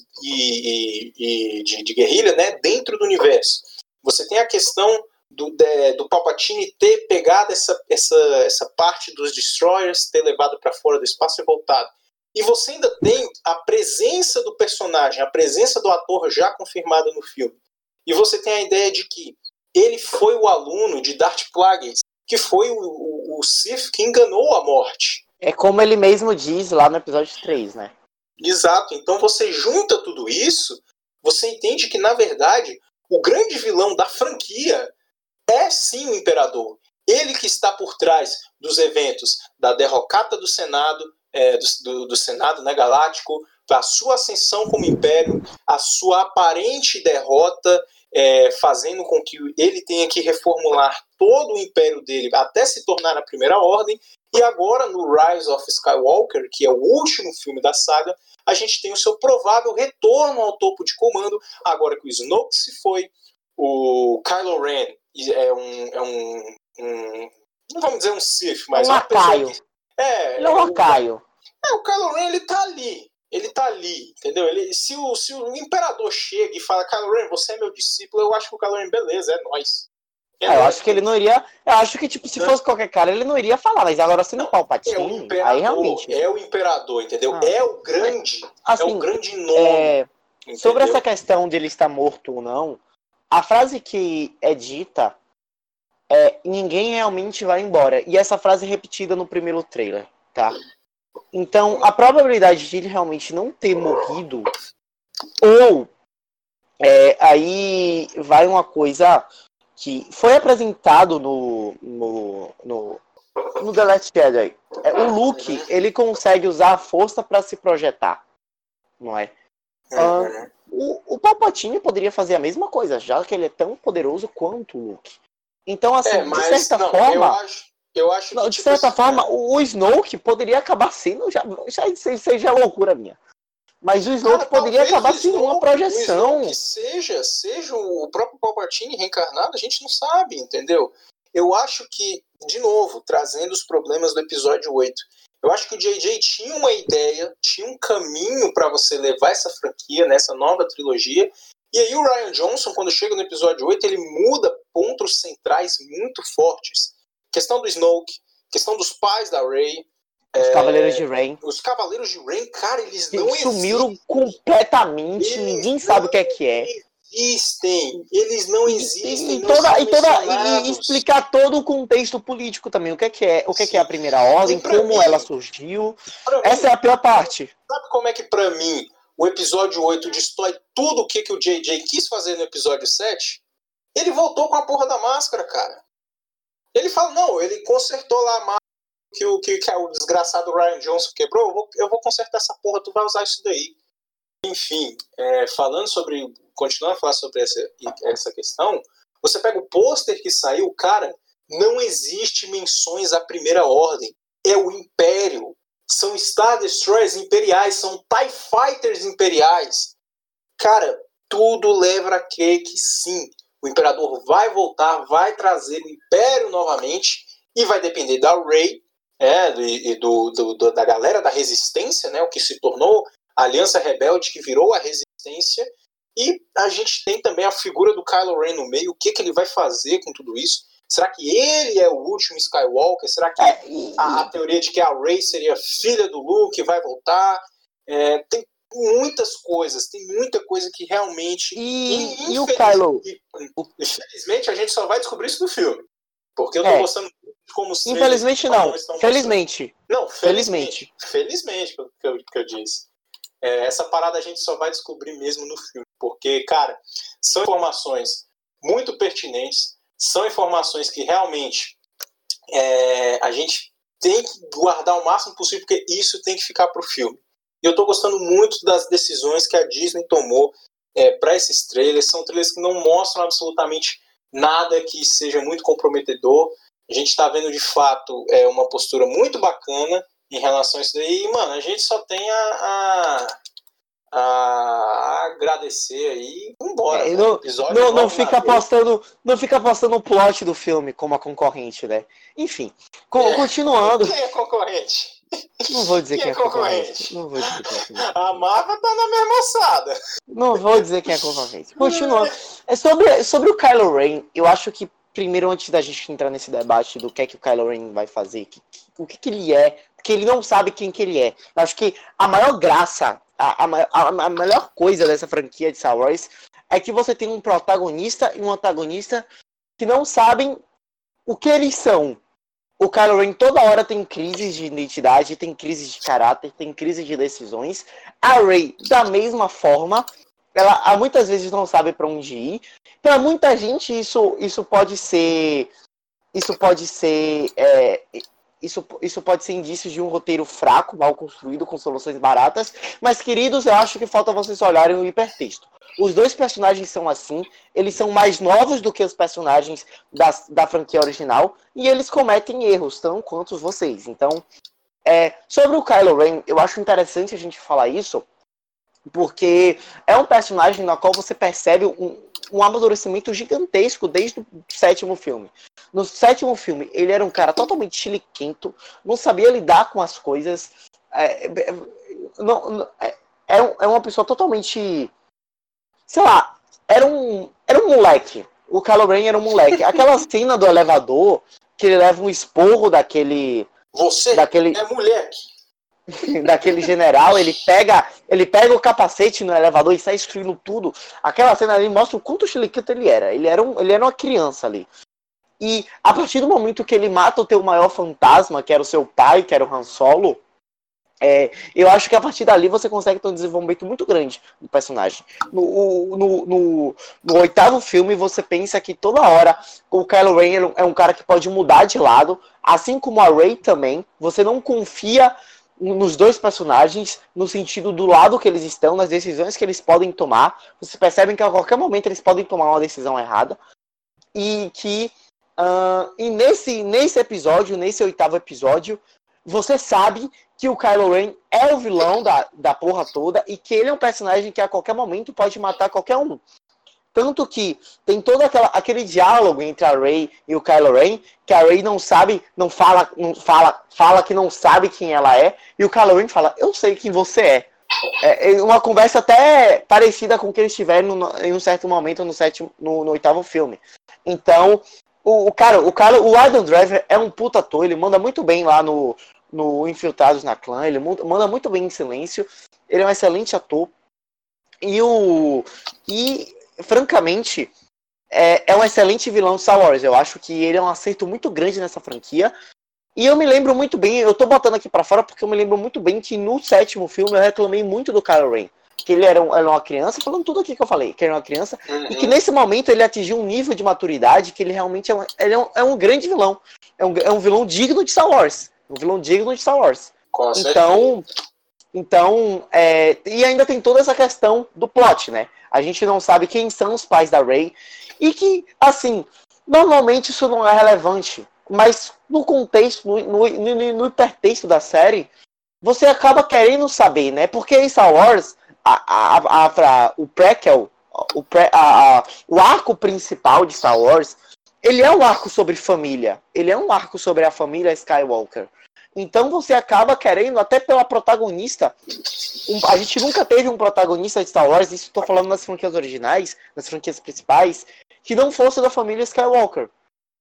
e, e, e de, de guerrilha, né, dentro do universo. Você tem a questão do, de, do Palpatine ter pegado essa, essa, essa parte dos Destroyers, ter levado para fora do espaço e voltado. E você ainda tem a presença do personagem, a presença do ator já confirmada no filme. E você tem a ideia de que ele foi o aluno de Darth Plagueis, que foi o, o, o Sith que enganou a morte. É como ele mesmo diz lá no episódio três, né? Exato. Então você junta tudo isso, você entende que, na verdade, o grande vilão da franquia é sim o Imperador. Ele que está por trás dos eventos da derrocata do Senado, é, do, do, do Senado, né, Galáctico, a sua ascensão como Império, a sua aparente derrota, é, fazendo com que ele tenha que reformular todo o Império dele até se tornar a Primeira Ordem, E agora, no Rise of Skywalker, que é o último filme da saga, a gente tem o seu provável retorno ao topo de comando, agora que o Snoke se foi, o Kylo Ren é um... É um, um não vamos dizer um Sith, mas um uma lacaio. pessoa que... É, ele é um lacaio. É, o Kylo Ren, ele tá ali. Ele tá ali, entendeu? Ele, se, o, se o imperador chega e fala, Kylo Ren, você é meu discípulo, eu acho que o Kylo Ren, beleza, é nóis. É, é, eu acho que ele não iria. Eu acho que, tipo, se fosse qualquer cara, ele não iria falar, mas agora sendo o Palpatine, é aí realmente. É o imperador, entendeu? Ah, é o grande. Assim, é o grande nome. É, sobre essa questão de ele estar morto ou não, a frase que é dita é ninguém realmente vai embora. E essa frase é repetida no primeiro trailer, tá? Então, a probabilidade de ele realmente não ter morrido, ou é, aí vai uma coisa que foi apresentado no, no, no, no The Last Jedi. É, o Luke, ele consegue usar a força para se projetar, não é? Ah, o, o Palpatine poderia fazer a mesma coisa, já que ele é tão poderoso quanto o Luke. Então, assim, é, mas, de certa não, forma... Eu acho, eu acho que, não, de tipo, certa assim, forma, é. o Snoke poderia acabar sendo... Já, já seja loucura minha. Mas o Snoke Cara, poderia acabar sendo uma projeção. O Snoke seja, seja o próprio Palpatine reencarnado, a gente não sabe, entendeu? Eu acho que, de novo, trazendo os problemas do episódio oito, eu acho que o J J tinha uma ideia, tinha um caminho para você levar essa franquia nessa nova trilogia, e aí o Rian Johnson, quando chega no episódio oito, ele muda pontos centrais muito fortes. Questão do Snoke, questão dos pais da Rey, Os é, Cavaleiros de Rain. Os Cavaleiros de Rain, cara, eles não existem. Sumiram completamente, eles ninguém sabe o que é que é. Existem, eles não existem. E, e, toda, e, toda, e explicar todo o contexto político também, o que é que é, o que é, que é a Primeira Ordem, como mim, ela surgiu. Essa mim, é a pior parte. Sabe como é que pra mim o episódio oito destrói tudo o que, que o J J quis fazer no episódio sete? Ele voltou com a porra da máscara, cara. Ele fala, não, ele consertou lá a máscara que o, que, que o desgraçado Rian Johnson quebrou, eu vou, eu vou consertar essa porra, tu vai usar isso daí. Enfim, é, falando sobre, continuando a falar sobre essa, essa questão, você pega o pôster que saiu, cara, não existe menções à Primeira Ordem, é o Império, são Star Destroyers imperiais, são TIE Fighters imperiais. Cara, tudo leva a crer que sim, o Imperador vai voltar, vai trazer o Império novamente, e vai depender da Rey, É, e do, do, do, da galera da Resistência, né, o que se tornou a Aliança Rebelde, que virou a Resistência, e a gente tem também a figura do Kylo Ren no meio, o que, que ele vai fazer com tudo isso? Será que ele é o último Skywalker? Será que a, a teoria de que a Rey seria filha do Luke vai voltar? É, tem muitas coisas, tem muita coisa que realmente... E, e o Kylo? Infelizmente, a gente só vai descobrir isso no filme, porque eu tô é. gostando como Infelizmente não, felizmente. Não, felizmente. Felizmente, que eu, que eu disse. É, essa parada a gente só vai descobrir mesmo no filme, porque, cara, são informações muito pertinentes, são informações que realmente é, a gente tem que guardar o máximo possível, porque isso tem que ficar pro filme. E eu tô gostando muito das decisões que a Disney tomou é, para esses trailers. São trailers que não mostram absolutamente nada que seja muito comprometedor. A gente está vendo, de fato, é, uma postura muito bacana em relação a isso daí. E, mano, a gente só tem a, a, a agradecer aí. Vambora. É, não, não, não, fica apostando, não fica apostando o plot do filme como a concorrente, né? Enfim, co- é. continuando. Quem é concorrente? Não vou dizer quem, quem é concorrente. concorrente. Não vou dizer quem é concorrente. A Marvel tá na mesma alçada. Não vou dizer quem é concorrente. Continuando. É sobre, sobre o Kylo Ren, eu acho que primeiro, antes da gente entrar nesse debate do que é que o Kylo Ren vai fazer, que, que, o que, que ele é, porque ele não sabe quem que ele é. Eu acho que a maior graça, a, a, a melhor coisa dessa franquia de Star Wars é que você tem um protagonista e um antagonista que não sabem o que eles são. O Kylo Ren toda hora tem crises de identidade, tem crises de caráter, tem crises de decisões. A Rey, da mesma forma, ela muitas vezes não sabe para onde ir. Para muita gente isso, isso pode ser isso pode ser é, isso, isso pode ser indício de um roteiro fraco, mal construído, com soluções baratas. Mas, queridos, eu acho que falta vocês olharem o hipertexto. Os dois personagens são assim, eles são mais novos do que os personagens da, da franquia original, e eles cometem erros, tão quanto vocês. Então, é, sobre o Kylo Ren, eu acho interessante a gente falar isso, porque é um personagem na qual você percebe um, um amadurecimento gigantesco desde o sétimo filme. No sétimo filme, ele era um cara totalmente chiliquento, não sabia lidar com as coisas, é, é, não, é, é uma pessoa totalmente... Sei lá, era um, era um moleque. O Kylo Ren era um moleque. Aquela cena do elevador, que ele leva um esporro daquele... Você daquele, é moleque. daquele general, ele pega, ele pega o capacete no elevador e sai destruindo tudo. Aquela cena ali mostra o quanto chiliquito ele era. Ele era, um, ele era uma criança ali. E a partir do momento que ele mata o teu maior fantasma, que era o seu pai, que era o Han Solo... É, eu acho que a partir dali você consegue ter um desenvolvimento muito grande do personagem. No, no, no, no oitavo filme, você pensa que toda hora o Kylo Ren é um cara que pode mudar de lado, assim como a Rey também. Você não confia nos dois personagens, no sentido do lado que eles estão, nas decisões que eles podem tomar. Vocês percebem que a qualquer momento eles podem tomar uma decisão errada. E que uh, e nesse, nesse episódio, nesse oitavo episódio, você sabe que o Kylo Ren é o vilão da, da porra toda e que ele é um personagem que a qualquer momento pode matar qualquer um. Tanto que tem todo aquela, aquele diálogo entre a Rey e o Kylo Ren, que a Rey não sabe, não fala, não fala, fala que não sabe quem ela é, e o Kylo Ren fala, eu sei quem você é. É uma conversa até parecida com o que eles tiveram no, em um certo momento no, sétimo, no, no oitavo filme. Então, o, o cara, o cara, o Adam Driver é um puta ator, ele manda muito bem lá no, no Infiltrados na Clã, ele manda muito bem em Silêncio, ele é um excelente ator, e, o, e francamente, é, é um excelente vilão de Star Wars. Eu acho que ele é um acerto muito grande nessa franquia, e eu me lembro muito bem, eu tô botando aqui pra fora porque eu me lembro muito bem que no sétimo filme eu reclamei muito do Kylo Ren, que ele era, um, era uma criança, falando tudo aqui que eu falei, que ele era uma criança, uhum. E que nesse momento ele atingiu um nível de maturidade que ele realmente é um, ele é um, é um grande vilão, é um, é um vilão digno de Star Wars, um vilão digno de Star Wars. Com então, então é, e ainda tem toda essa questão do plot, né? A gente não sabe quem são os pais da Rey, e que, assim, normalmente isso não é relevante, mas no contexto, no, no, no, no hipertexto da série, você acaba querendo saber, né? Porque em Star Wars, a, a, a, a, o prequel, o, pre, a, a, o arco principal de Star Wars, ele é um arco sobre família. Ele é um arco sobre a família Skywalker. Então você acaba querendo, até pela protagonista, um, a gente nunca teve um protagonista de Star Wars, isso estou falando nas franquias originais, nas franquias principais, que não fosse da família Skywalker.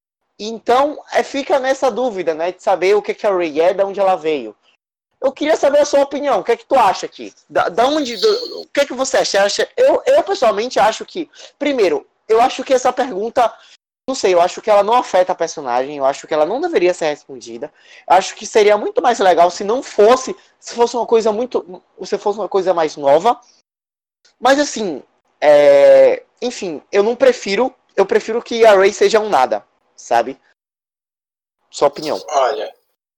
Então é, fica nessa dúvida, né, de saber o que, que a Rey é, de onde ela veio. Eu queria saber a sua opinião. O que é que tu acha aqui? Da, da onde, do, o que é que você acha? Eu, eu, pessoalmente, acho que... Primeiro, eu acho que essa pergunta... Não sei, eu acho que ela não afeta a personagem. Eu acho que ela não deveria ser respondida. Eu acho que seria muito mais legal se não fosse... Se fosse uma coisa muito... Se fosse uma coisa mais nova. Mas, assim... É, enfim, eu não prefiro... Eu prefiro que a Rey seja um nada. Sabe? Sua opinião. Olha...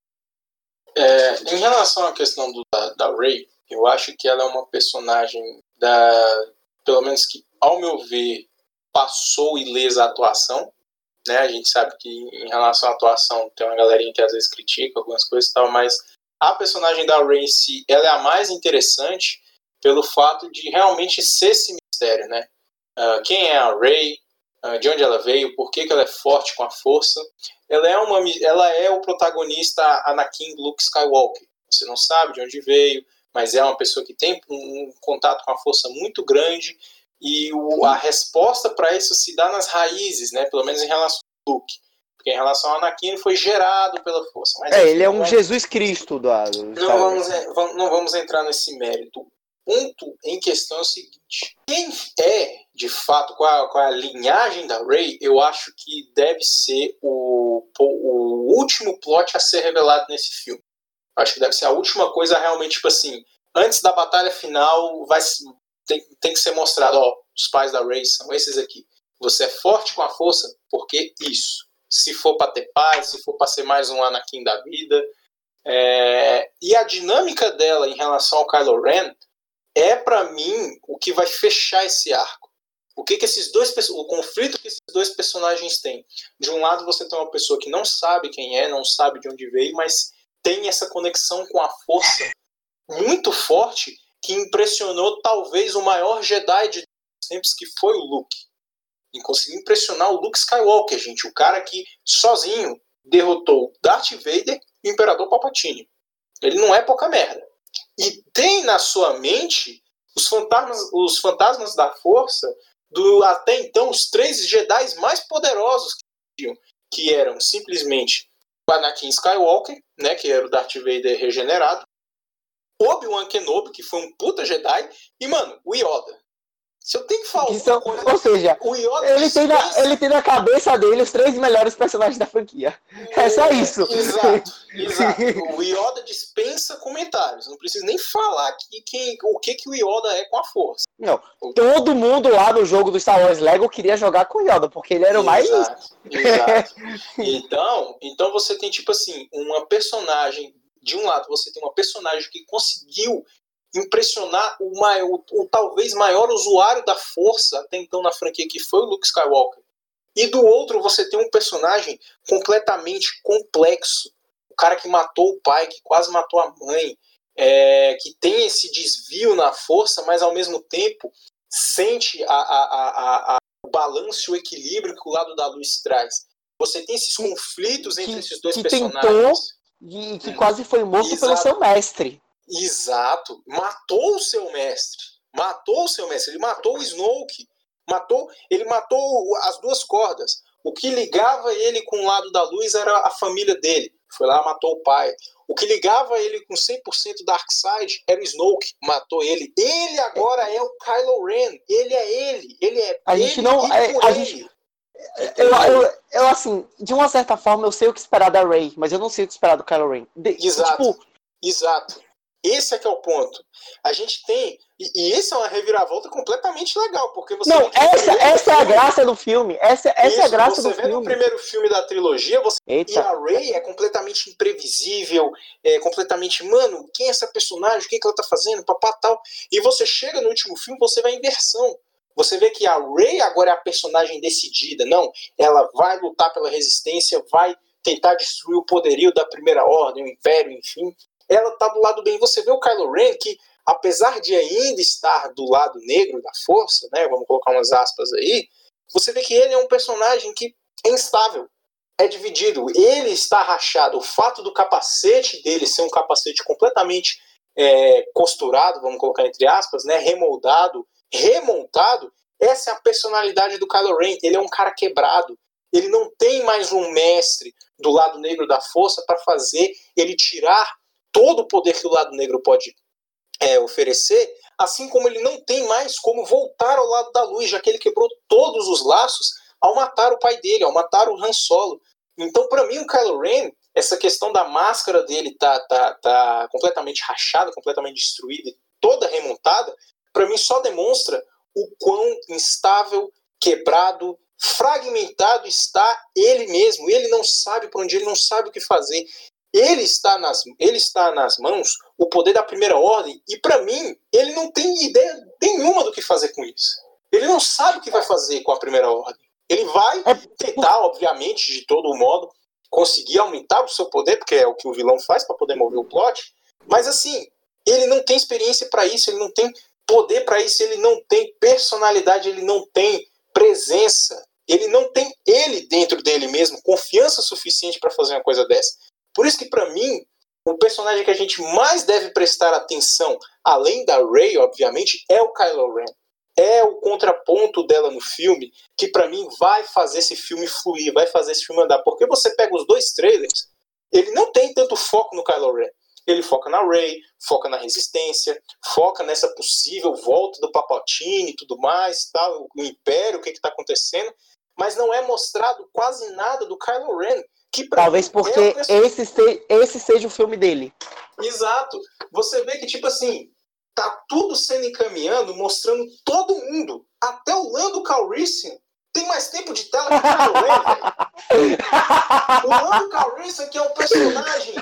É, em relação à questão do, da, da Rey, eu acho que ela é uma personagem da, pelo menos que, ao meu ver, passou ilesa a atuação, né? A gente sabe que em relação à atuação tem uma galerinha que às vezes critica algumas coisas e tal, mas a personagem da Rey em si, ela é a mais interessante pelo fato de realmente ser esse mistério, né? Uh, quem é a Rey? Uh, de onde ela veio? Por que, que ela é forte com a força? Ela é, uma, ela é o protagonista Anakin Luke Skywalker. Você não sabe de onde veio, mas é uma pessoa que tem um, um contato com a força muito grande, e o, a resposta para isso se dá nas raízes, né? Pelo menos em relação ao Luke. Porque em relação ao Anakin ele foi gerado pela força. Mas, é, enfim, ele é um vamos, Jesus Cristo. Do, do não, vamos, não vamos entrar nesse mérito. O ponto em questão é o seguinte: quem é, de fato, qual a, qual a linhagem da Rey, eu acho que deve ser o, o último plot a ser revelado nesse filme. Eu acho que deve ser a última coisa realmente, tipo assim, antes da batalha final, vai, tem, tem que ser mostrado, ó, os pais da Rey são esses aqui. Você é forte com a força, porque isso. se for para ter pai, se for para ser mais um Anakin da vida. É, e a dinâmica dela em relação ao Kylo Ren é, para mim, o que vai fechar esse arco. O que que esses dois, o conflito que esses dois personagens têm. De um lado você tem uma pessoa que não sabe quem é, não sabe de onde veio, mas tem essa conexão com a força muito forte que impressionou talvez o maior Jedi de todos os tempos, que foi o Luke. E conseguiu impressionar o Luke Skywalker, gente, o cara que sozinho derrotou Darth Vader e o Imperador Palpatine. Ele não é pouca merda. E tem na sua mente os fantasmas, os fantasmas da força do até então os três Jedi mais poderosos que tinham, que eram simplesmente o Anakin Skywalker, né, que era o Darth Vader regenerado, Obi-Wan Kenobi, que foi um puta Jedi, e, mano, o Yoda. Se eu tenho que falar São, coisa, ou seja, o Yoda ele, dispensa... tem na, ele tem na cabeça dele os três melhores personagens da franquia. É, é só isso. Exato, exato. O Yoda dispensa comentários. Não preciso nem falar aqui quem, o que, que o Yoda é com a força. Não, todo mundo lá no jogo do Star Wars Lego queria jogar com o Yoda, porque ele era o mais... Exato, exato. Então, então você tem, tipo assim, uma personagem... De um lado, você tem uma personagem que conseguiu impressionar o, maior, o, o talvez maior usuário da força até então na franquia, que foi o Luke Skywalker. E do outro, você tem um personagem completamente complexo. O cara que matou o pai, que quase matou a mãe, é, que tem esse desvio na força, mas ao mesmo tempo sente a, a, a, a, o balanço e o equilíbrio que o lado da luz traz. Você tem esses conflitos que, entre esses dois que personagens. Tentou... E que quase foi morto Exato. Pelo seu mestre. Exato. Matou o seu mestre. Matou o seu mestre. Ele matou o Snoke. Matou, ele matou as duas cordas. O que ligava ele com o lado da luz era a família dele. Foi lá, matou o pai. O que ligava ele com cem por cento Darkseid era o Snoke. Matou ele. Ele agora é o Kylo Ren. Ele é ele. Ele é a ele gente não, e a, por a ele. Gente... Eu, eu, eu, assim, de uma certa forma, eu sei o que esperar da Rey, mas eu não sei o que esperar do Kylo Ren. De, Exato, tipo... exato. Esse é que é o ponto. A gente tem... E, e esse é uma reviravolta completamente legal, porque você... Não, essa, essa é a graça do filme. Essa, essa Isso, é a graça do filme. Você vê no primeiro filme da trilogia, você... Eita. E a Rey é completamente imprevisível, é completamente... Mano, quem é essa personagem? O que, é que ela tá fazendo? Papá, tal. E você chega no último filme, você vai em inversão. Você vê que a Rey agora é a personagem decidida. Não, ela vai lutar pela resistência, vai tentar destruir o poderio da Primeira Ordem, o Império, enfim. Ela tá do lado bem. Você vê o Kylo Ren, que apesar de ainda estar do lado negro da força, né, vamos colocar umas aspas aí, você vê que ele é um personagem que é instável, é dividido. Ele está rachado. O fato do capacete dele ser um capacete completamente é, costurado, vamos colocar entre aspas, né, remoldado, remontado, essa é a personalidade do Kylo Ren. Ele é um cara quebrado. Ele não tem mais um mestre do lado negro da força para fazer ele tirar todo o poder que o lado negro pode é, oferecer, assim como ele não tem mais como voltar ao lado da luz, já que ele quebrou todos os laços ao matar o pai dele, ao matar o Han Solo. Então, para mim, o Kylo Ren, essa questão da máscara dele tá, tá, tá completamente rachada, completamente destruída, toda remontada, para mim só demonstra o quão instável, quebrado, fragmentado está ele mesmo. Ele não sabe para onde, ele não sabe o que fazer. Ele está nas, ele está nas mãos o poder da Primeira Ordem e, para mim, ele não tem ideia nenhuma do que fazer com isso. Ele não sabe o que vai fazer com a Primeira Ordem. Ele vai tentar, obviamente, de todo modo, conseguir aumentar o seu poder, porque é o que o vilão faz para poder mover o plot, mas, assim, ele não tem experiência para isso, ele não tem poder para isso, ele não tem personalidade, ele não tem presença, ele não tem ele dentro dele mesmo, confiança suficiente para fazer uma coisa dessa. Por isso que, para mim, o personagem que a gente mais deve prestar atenção, além da Rey, obviamente, é o Kylo Ren. É o contraponto dela no filme, que para mim vai fazer esse filme fluir, vai fazer esse filme andar. Porque você pega os dois trailers, ele não tem tanto foco no Kylo Ren. Ele foca na Rey, foca na resistência, foca nessa possível volta do Palpatine e tudo mais, tal, o Império, o que está acontecendo, mas não é mostrado quase nada do Kylo Ren. Que Talvez porque é person... esse, se... esse seja o filme dele. Exato. Você vê que, tipo assim, tá tudo sendo encaminhando, mostrando todo mundo, até o Lando Calrissian, tem mais tempo de tela que o Kylo Ren, velho. O Lando Calrissian, que é um personagem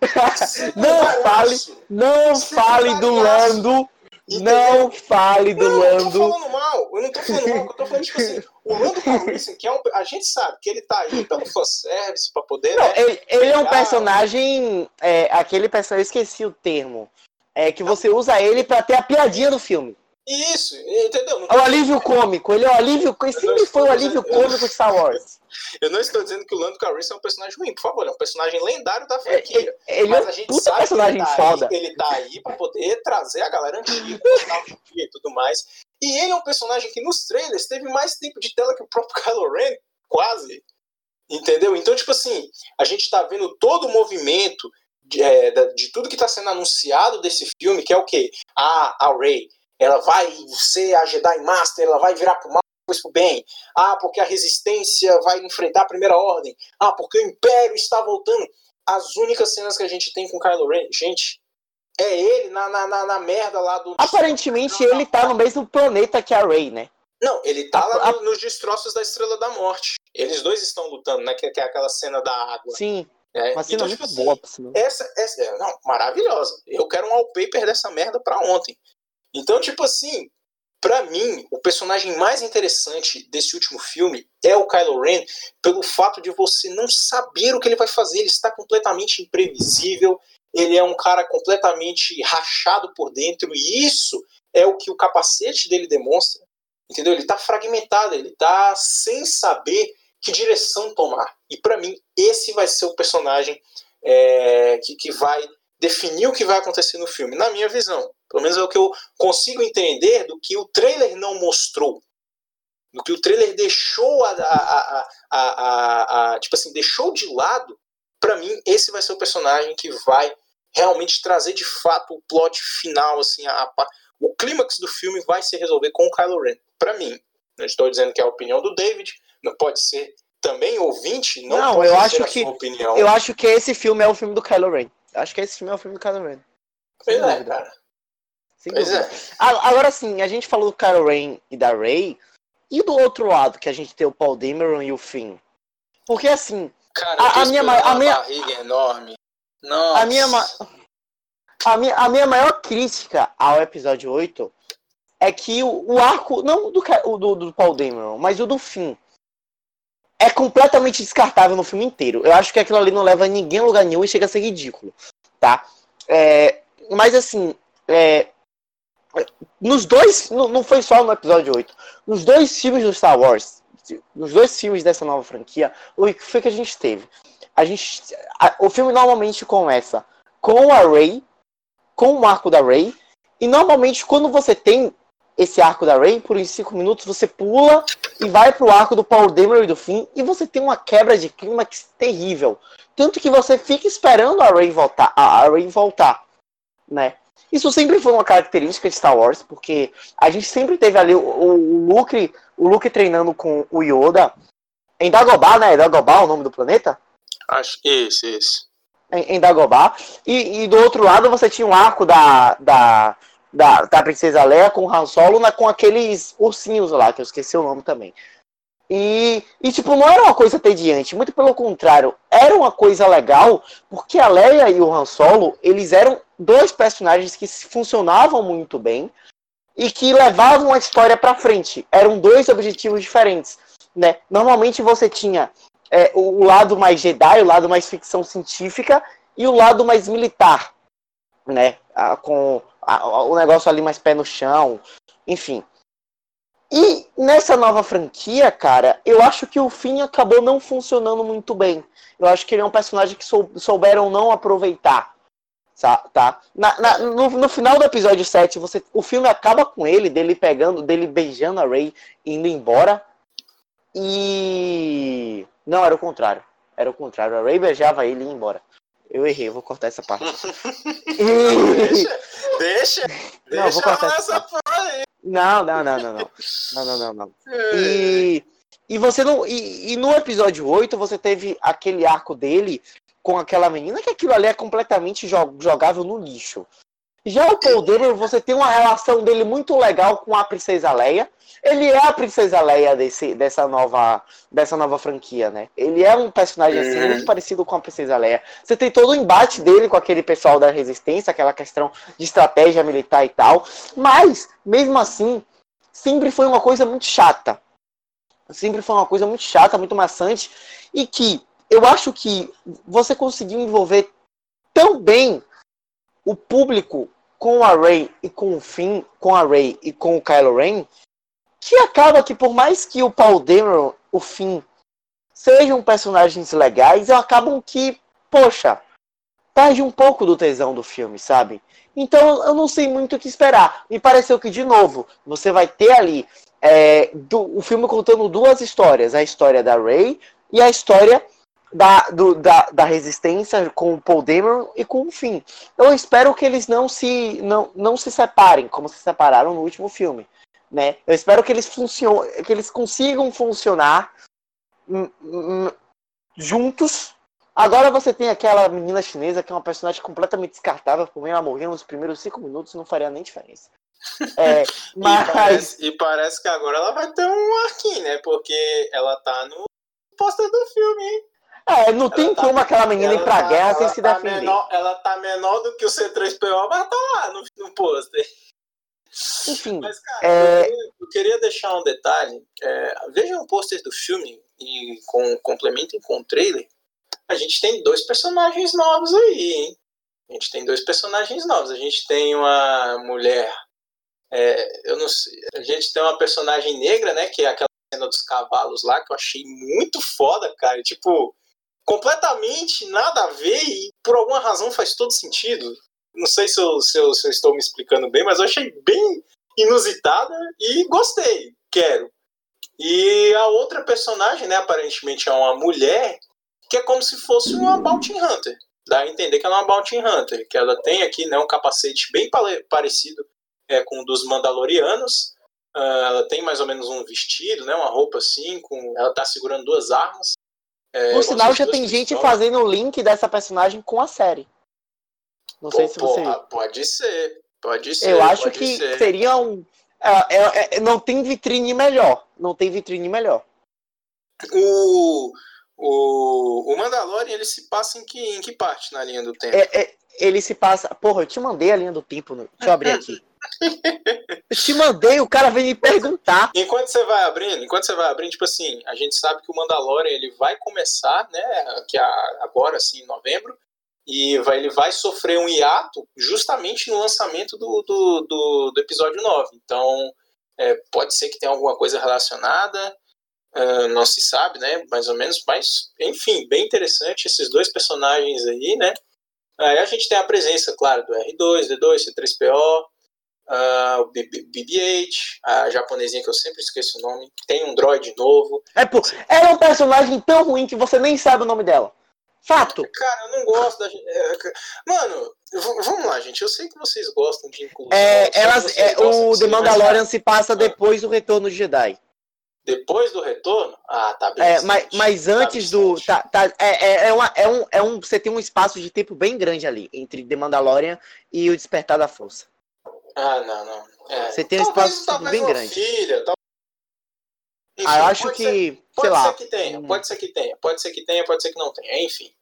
não fale, não fale do Lando. Entendeu? Não fale do não, Lando. Eu não tô falando mal, eu não tô falando mal, eu tô falando, tipo assim, o Lando Calrissian, que é um. A gente sabe que ele tá aí pelo fanservice, pra poder. Não, né, ele, ele é um pegar... personagem. É, aquele personagem, eu esqueci o termo. É que você usa ele pra ter a piadinha do filme. Isso, entendeu? Não é o alívio cômico, ele é o alívio. Ele sempre foi o alívio dizendo... cômico de Star Wars. Eu não estou dizendo que o Lando Calrissian é um personagem ruim, por favor, é um personagem lendário da franquia. Ele, ele mas é a gente sabe personagem que ele tá, foda. Aí, ele tá aí pra poder trazer a galera antiga, e tudo mais. E ele é um personagem que nos trailers teve mais tempo de tela que o próprio Kylo Ren, quase. Entendeu? Então, tipo assim, a gente tá vendo todo o movimento de, é, de tudo que tá sendo anunciado desse filme, que é o quê? Ah, a Rey, ela vai ser a Jedi Master, ela vai virar pro mal, depois pro bem. Ah, porque a Resistência vai enfrentar a Primeira Ordem. Ah, porque o Império está voltando. As únicas cenas que a gente tem com Kylo Ren, gente, é ele na, na, na, na merda lá do... Aparentemente ele tá no mesmo planeta que a Rey, né? Não, ele tá lá a... no, nos destroços da Estrela da Morte. Eles dois estão lutando, né? Que, que é aquela cena da água. Sim. É, uma cena então, muito tipo, boa, por sinal. Essa, essa, não, maravilhosa. Eu quero um wallpaper dessa merda pra ontem. Então, tipo assim, pra mim, o personagem mais interessante desse último filme é o Kylo Ren, pelo fato de você não saber o que ele vai fazer. Ele está completamente imprevisível, ele é um cara completamente rachado por dentro, e isso é o que o capacete dele demonstra, entendeu? Ele tá fragmentado, ele tá sem saber que direção tomar. E pra mim, esse vai ser o personagem é, que, que vai definir o que vai acontecer no filme, na minha visão. Pelo menos é o que eu consigo entender do que o trailer não mostrou. Do que o trailer deixou a, a, a, a, a, a tipo assim, deixou de lado. Pra mim, esse vai ser o personagem que vai realmente trazer de fato o plot final, assim, a, a, o clímax do filme vai se resolver com o Kylo Ren. Pra mim. Não estou dizendo que é a opinião do David, não pode ser também ouvinte, não, não pode eu ser acho a que, sua opinião. Eu acho que esse filme é o filme do Kylo Ren. Acho que esse filme é o filme do Kylo Ren. Pois Sem é, dúvida. cara. Sem pois dúvida. É. Agora sim, a gente falou do Kylo Ren e da Rey, e do outro lado que a gente tem o Paul Dameron e o Finn. Porque assim, cara, a, a minha a minha barriga enorme. Nossa. A minha a minha a minha maior crítica ao episódio oito é que o, o arco, não do, do, do Paul Dameron, mas o do Finn, é completamente descartável no filme inteiro. Eu acho que aquilo ali não leva ninguém a lugar nenhum e chega a ser ridículo, tá? É, mas assim, é, nos dois, não, não foi só no episódio oito, nos dois filmes do Star Wars, nos dois filmes dessa nova franquia, o que foi que a gente teve? A gente, a, o filme normalmente começa com a Rey, com o arco da Rey, e normalmente quando você tem esse arco da Rey, por uns cinco minutos você pula e vai pro arco do Paul Dameron e do Finn, e você tem uma quebra de clímax terrível. Tanto que você fica esperando a Rey voltar, a Rey voltar, né? Isso sempre foi uma característica de Star Wars, porque a gente sempre teve ali o, o, Luke, o Luke treinando com o Yoda em Dagobah, né? Dagobah é o nome do planeta? Acho isso, isso. Em, em Dagobah. E, e do outro lado você tinha um arco da... da Da, da Princesa Leia com o Han Solo na, com aqueles ursinhos lá, que eu esqueci o nome também. E, e, tipo, não era uma coisa tediante, muito pelo contrário, era uma coisa legal, porque a Leia e o Han Solo, eles eram dois personagens que funcionavam muito bem e que levavam a história pra frente. Eram dois objetivos diferentes, né? Normalmente você tinha é, o lado mais Jedi, o lado mais ficção científica e o lado mais militar, né? Ah, com o negócio ali mais pé no chão, enfim. E nessa nova franquia, cara, eu acho que o Finn acabou não funcionando muito bem. Eu acho que ele é um personagem que sou, souberam não aproveitar, tá? Na, na, no, no final do episódio sete, você, o filme acaba com ele, dele pegando, dele beijando a Rey, indo embora. E... Não, era o contrário. Era o contrário. A Rey beijava ele e ia embora. Eu errei, eu vou cortar essa parte. Não, deixa, deixa. Não, deixa vou cortar essa parte. Não, não, não, não, não. Não, não, não, não. E, e você não. E, e no episódio oito você teve aquele arco dele com aquela menina, que aquilo ali é completamente jogável no lixo. Já o Paul Dameron, você tem uma relação dele muito legal com a Princesa Leia. Ele é a Princesa Leia desse, dessa, nova, dessa nova franquia, né? Ele é um personagem assim, Uhum. muito parecido com a Princesa Leia. Você tem todo o embate dele com aquele pessoal da Resistência, aquela questão de estratégia militar e tal. Mas, mesmo assim, sempre foi uma coisa muito chata. Sempre foi uma coisa muito chata, muito maçante. E que eu acho que você conseguiu envolver tão bem o público com a Rey e com o Finn, com a Rey e com o Kylo Ren, que acaba que por mais que o Paul Dameron, o Finn, sejam personagens legais, acabam que, poxa, perde um pouco do tesão do filme, sabe? Então eu não sei muito o que esperar. Me pareceu que, de novo, você vai ter ali é, do, o filme contando duas histórias, a história da Rey e a história Da, do, da, da Resistência com o Paul Dameron e com o Finn. Eu espero que eles não se, não, não se separem, como se separaram no último filme. Né? Eu espero que eles, funcion, que eles consigam funcionar hum, hum, juntos. Agora você tem aquela menina chinesa que é uma personagem completamente descartável. Por mim, ela morreu nos primeiros cinco minutos, não faria nem diferença. É, mas... e, parece, e parece que agora ela vai ter um arquinho, né? Porque ela tá no pôster do filme, hein? É, não tem tá, como aquela menina ir pra tá, guerra sem se tá defender. Menor, ela tá menor do que o C três P O, mas tá lá no, no pôster. Enfim. Mas, cara, é... eu, queria, eu queria deixar um detalhe. É, vejam o pôster do filme e com, complementem com o trailer. A gente tem dois personagens novos aí, hein? A gente tem dois personagens novos. A gente tem uma mulher. É, eu não sei. A gente tem uma personagem negra, né? Que é aquela cena dos cavalos lá, que eu achei muito foda, cara. Tipo, completamente nada a ver e por alguma razão faz todo sentido. Não sei se eu, se, eu, se eu estou me explicando bem, mas eu achei bem inusitada e gostei, quero. E a outra personagem, né, aparentemente é uma mulher, que é como se fosse uma Bounty Hunter. Dá a entender que ela é uma Bounty Hunter, que ela tem aqui, né, um capacete bem parecido é, com o dos Mandalorianos. Uh, ela tem mais ou menos um vestido, né, uma roupa assim, com, ela tá segurando duas armas. É, Por sinal, já tem gente pistolas. fazendo o link dessa personagem com a série. Não Pô, sei se você porra, pode ser, pode ser. Eu acho pode que ser. seria um... É, é, é, não tem vitrine melhor. Não tem vitrine melhor. O, o, o Mandalorian, ele se passa em que, em que parte na linha do tempo? É, é, ele se passa... Porra, eu te mandei a linha do tempo. No... Deixa eu abrir aqui. Eu te mandei, o cara veio me perguntar. Enquanto você vai abrindo, enquanto você vai abrindo, tipo assim, a gente sabe que o Mandalorian ele vai começar, né, que agora, assim, em novembro, e vai, ele vai sofrer um hiato justamente no lançamento do, do, do, do episódio nove. Então, é, pode ser que tenha alguma coisa relacionada, uh, não se sabe, né, mais ou menos, mas, enfim, bem interessante esses dois personagens aí, né. Aí a gente tem a presença, claro, do R dois, D dois, C três P O, Uh, o B B oito, a japonesinha que eu sempre esqueço o nome, tem um droid novo. É, pô, ela é um personagem tão ruim que você nem sabe o nome dela. Fato. Cara, eu não gosto da... Mano, vamos lá, gente, eu sei que vocês gostam de inclusão. É, elas, é, o The Mandalorian se passa depois do Retorno de Jedi. Depois do retorno? Ah, tá bem. É, mas, mas antes tá do... Tá, tá, é, é, é, uma, é, um, é um... Você tem um espaço de tempo bem grande ali, entre The Mandalorian e o Despertar da Força. Ah, não, não. É. Você tem um talvez, espaço talvez bem uma grande. Filha, tal... Enfim, ah, eu acho pode que, ser, sei pode lá. Ser que tenha, hum. Pode ser que tenha, pode ser que tenha, pode ser que não tenha. Enfim.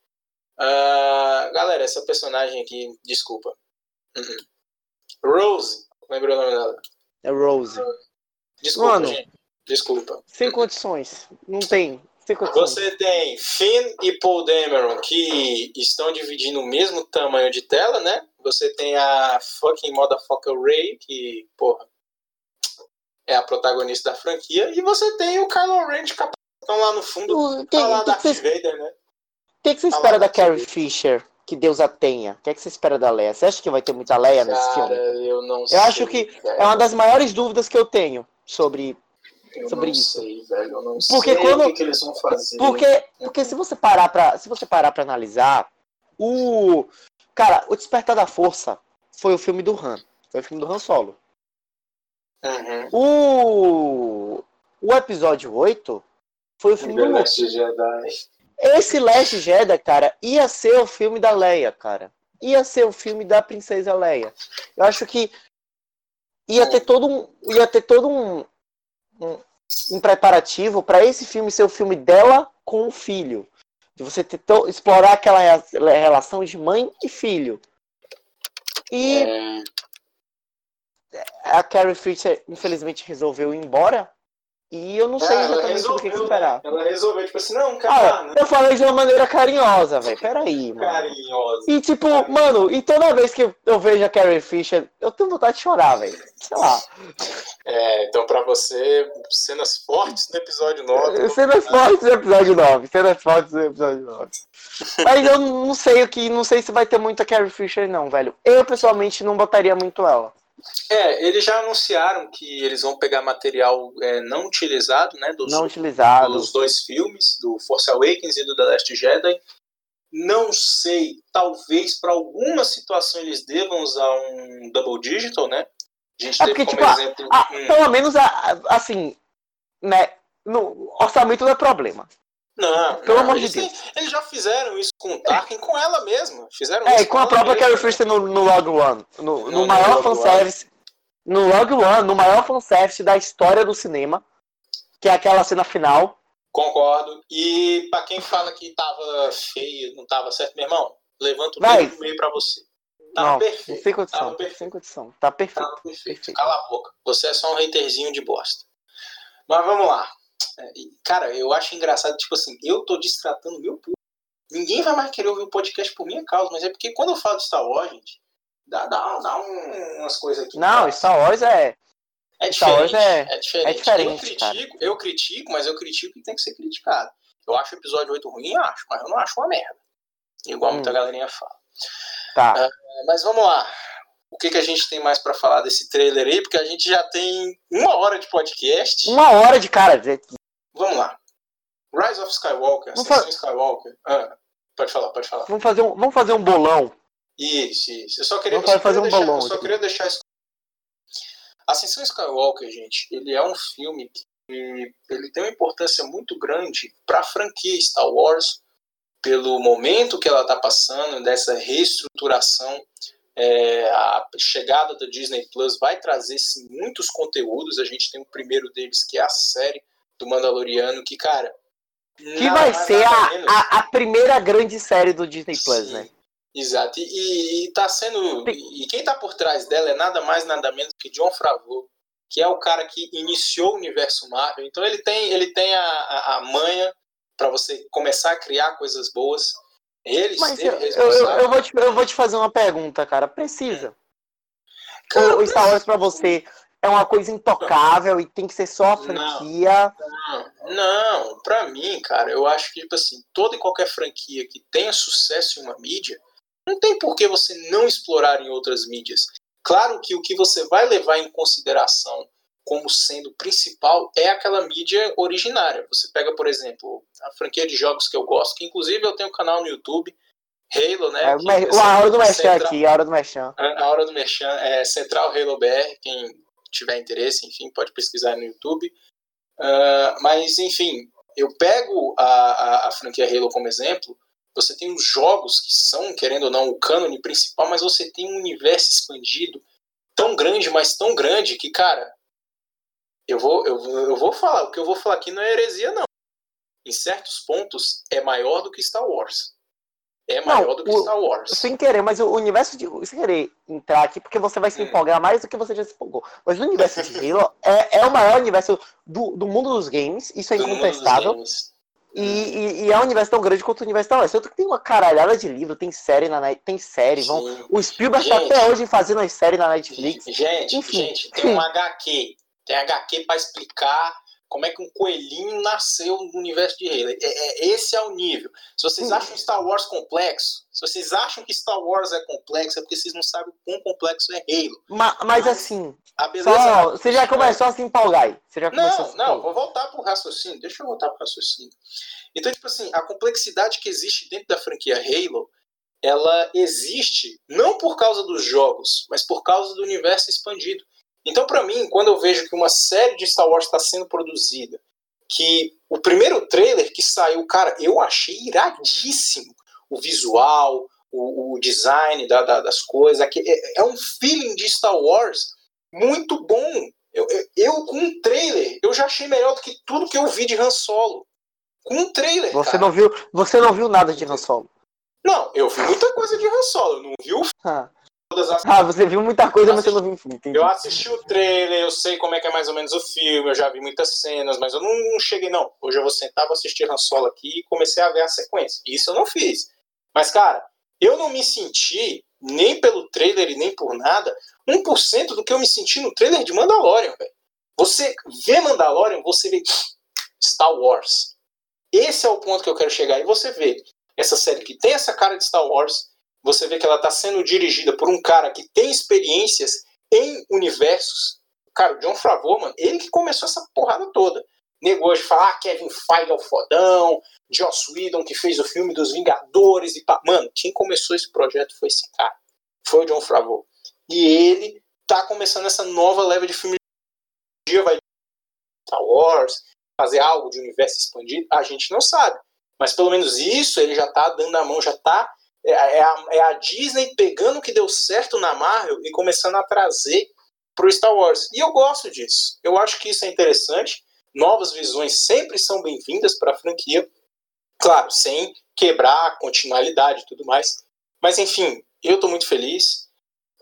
Uh, galera, essa personagem aqui, desculpa. Uhum. Rose, lembrou o nome dela? É Rose. Desculpa, Mano, gente. Desculpa. Sem condições. Não tem. Sem condições. Você tem Finn e Paul Dameron que estão dividindo o mesmo tamanho de tela, né? Você tem a fucking motherfucker Rey, que, porra, é a protagonista da franquia. E você tem o Kylo Ren de capacete lá no fundo. Tem, tá lá tem Darth que Vader, né? O que, que você tá espera da Darth Carrie Vader. Fisher? Que Deus a tenha. O que, que você espera da Leia? Você acha que vai ter muita Leia Cara, nesse filme? eu não eu sei. Eu acho que velho. é uma das maiores dúvidas que eu tenho sobre, eu sobre não isso. Sei, velho. Eu não porque sei quando, o que, que eles vão fazer. Porque, porque se você parar pra, se você parar pra analisar, o... Cara, O Despertar da Força foi o filme do Han. Foi o filme do Han Solo. Uhum. O... O episódio oito foi o filme do Luke. Jedi. Esse Last Jedi, cara, ia ser o filme da Leia, cara. ia ser o filme da Princesa Leia. Eu acho que ia ter todo um, ia ter todo um, um, um preparativo para esse filme ser o filme dela com o filho. De você ter to, explorar aquela relação de mãe e filho. E é... a Carrie Fisher, infelizmente, resolveu ir embora. E eu não sei ah, exatamente o que, que esperar. Ela resolveu, tipo assim, não, cara. Ah, né? Eu falei de uma maneira carinhosa, velho. Peraí, mano. Carinhosa. E tipo, carinhosa. mano, e toda vez que eu vejo a Carrie Fisher, eu tenho vontade de chorar, velho. Sei lá. É, então pra você, cenas fortes do episódio nove. Cenas fortes do episódio nove. Cenas fortes do episódio nove. Mas eu não sei o que, não sei se vai ter muita Carrie Fisher, não, velho. Eu, pessoalmente, não botaria muito ela. É, eles já anunciaram que eles vão pegar material é, não utilizado, né, dos, não utilizado. dos dois filmes, do Force Awakens e do The Last Jedi. Não sei, talvez para alguma situação eles devam usar um Double Digital, né? A gente é teve porque, como tipo, exemplo... A, a, hum. Pelo menos, a, assim, né, no orçamento não é problema. Não, Pelo não, amor eles, de Deus. Têm, eles já fizeram isso com o Tarkin, com ela mesma. Fizeram é, isso e com a própria Carrie Fisher no, no Rogue One. No, no, no maior fanservice. No Rogue One, no maior fanservice da história do cinema. Que é aquela cena final. Concordo. E pra quem fala que tava feio, não tava certo, meu irmão, levanta o Vai. dedo no meio pra você. Tava não, perfeito. Sem condição. Tava perfeito. Sem condição. Tá perfeito. Tava perfeito. perfeito. Cala a boca. Você é só um haterzinho de bosta. Mas vamos lá. Cara, eu acho engraçado, tipo assim, eu tô destratando meu público. Ninguém vai mais querer ouvir o podcast por minha causa, mas é porque quando eu falo de Star Wars, gente, dá, dá, dá um, umas coisas aqui. Não, Star Wars é... É Star Wars diferente, é... é diferente. É diferente, eu critico, cara. eu critico, mas eu critico e tem que ser criticado. Eu acho o episódio oito ruim, acho, mas eu não acho uma merda. Igual hum. muita galerinha fala. Tá. Uh, mas vamos lá. O que, que a gente tem mais pra falar desse trailer aí? Porque a gente já tem uma hora de podcast. Uma hora de cara. Vamos lá. Rise of Skywalker, Ascensão fa... Skywalker. Ah, pode falar, pode falar. Vamos fazer um, vamos fazer um bolão. Isso, isso. Eu só queria, vamos fazer um deixar, bolão. Eu só queria deixar isso. Ascensão Skywalker, gente, ele é um filme que ele tem uma importância muito grande para a franquia Star Wars, pelo momento que ela está passando, dessa reestruturação. É, a chegada da Disney Plus vai trazer sim, muitos conteúdos. A gente tem o primeiro deles, que é a série do Mandaloriano, que, cara... Que nada, vai ser a, a, a primeira grande série do Disney Plus, sim, né? Exato. E, e tá sendo... E quem tá por trás dela é nada mais, nada menos que Jon Favreau, que é o cara que iniciou o universo Marvel. Então ele tem, ele tem a, a, a manha para você começar a criar coisas boas. Ele Mas eu, eu, eu, vou te, eu vou te fazer uma pergunta, cara. Precisa? Cara, o Star Wars pra você é uma coisa intocável e tem que ser só a franquia? Não, não, não. Pra mim, cara, eu acho que, tipo assim, toda e qualquer franquia que tenha sucesso em uma mídia, não tem por que você não explorar em outras mídias. Claro que o que você vai levar em consideração como sendo principal é aquela mídia originária. Você pega, por exemplo, a franquia de jogos que eu gosto, que inclusive eu tenho um canal no YouTube, Halo, né? É, a hora do Merchan aqui, a hora do Merchan. A hora do Merchan é Central Halo B R, quem tiver interesse, enfim, pode pesquisar no YouTube. Uh, mas, enfim, eu pego a, a, a franquia Halo como exemplo. Você tem os jogos que são, querendo ou não, o cânone principal, mas você tem um universo expandido tão grande, mas tão grande que, cara, eu vou, eu, eu vou falar, o que eu vou falar aqui não é heresia, não. Em certos pontos, é maior do que Star Wars. É maior não, do que o, Star Wars. Sem querer, mas o universo de... Sem querer entrar aqui, porque você vai se empolgar hum. mais do que você já se empolgou. Mas o universo de Halo é, é o maior universo do, do mundo dos games, isso é do incontestável. E, e, e é um universo tão grande quanto o universo Star Wars. Tanto que tem uma caralhada de livro, tem série na net, tem série. Vão, o Spielberg gente, tá até hoje fazendo as séries na Netflix. Gente, Enfim, gente, tem um H Q. Tem H Q pra explicar como é que um coelhinho nasceu no universo de Halo. É, é, esse é o nível. Se vocês acham Star Wars complexo, se vocês acham que Star Wars é complexo, é porque vocês não sabem o quão complexo é Halo. Mas, mas, mas assim, a beleza só, você já começou a se empolgar aí. Você já não, a se não, vou voltar pro raciocínio. Deixa eu voltar pro raciocínio. Então, tipo assim, a complexidade que existe dentro da franquia Halo, ela existe não por causa dos jogos, mas por causa do universo expandido. Então, para mim, quando eu vejo que uma série de Star Wars está sendo produzida, que o primeiro trailer que saiu, cara, eu achei iradíssimo. O visual, o, o design da, da, das coisas. É, é um feeling de Star Wars muito bom. Eu, eu, eu, com um trailer, eu já achei melhor do que tudo que eu vi de Han Solo. Com um trailer, você cara. Não viu, você não viu nada de Han Solo? Não, eu vi muita coisa de Han Solo. Eu não vi o Ah. todas as... ah, você viu muita coisa, mas você não viu o filme. Entendi. Eu assisti o trailer, eu sei como é que é mais ou menos o filme, eu já vi muitas cenas, mas eu não cheguei, não. Hoje eu vou sentar, vou assistir Han Solo aqui e comecei a ver a sequência. Isso eu não fiz. Mas, cara, eu não me senti, nem pelo trailer e nem por nada, um por cento do que eu me senti no trailer de Mandalorian, velho. Você vê Mandalorian, você vê Star Wars. Esse é o ponto que eu quero chegar. E você vê essa série que tem essa cara de Star Wars, você vê que ela está sendo dirigida por um cara que tem experiências em universos. Cara, o Jon Favreau, mano, ele que começou essa porrada toda. Negou de falar ah, Kevin Feige é o fodão, Joss Whedon que fez o filme dos Vingadores e pá. Mano, quem começou esse projeto foi esse cara. Foi o Jon Favreau. E ele tá começando essa nova leva de filme. Um dia vai Star Wars, fazer algo de universo expandido, a gente não sabe. Mas pelo menos isso ele já tá dando a mão, já tá. É, é, a, é a Disney pegando o que deu certo na Marvel e começando a trazer pro Star Wars. E eu gosto disso. Eu acho que isso é interessante. Novas visões sempre são bem-vindas para a franquia. Claro, sem quebrar a continuidade e tudo mais. Mas enfim, eu tô muito feliz.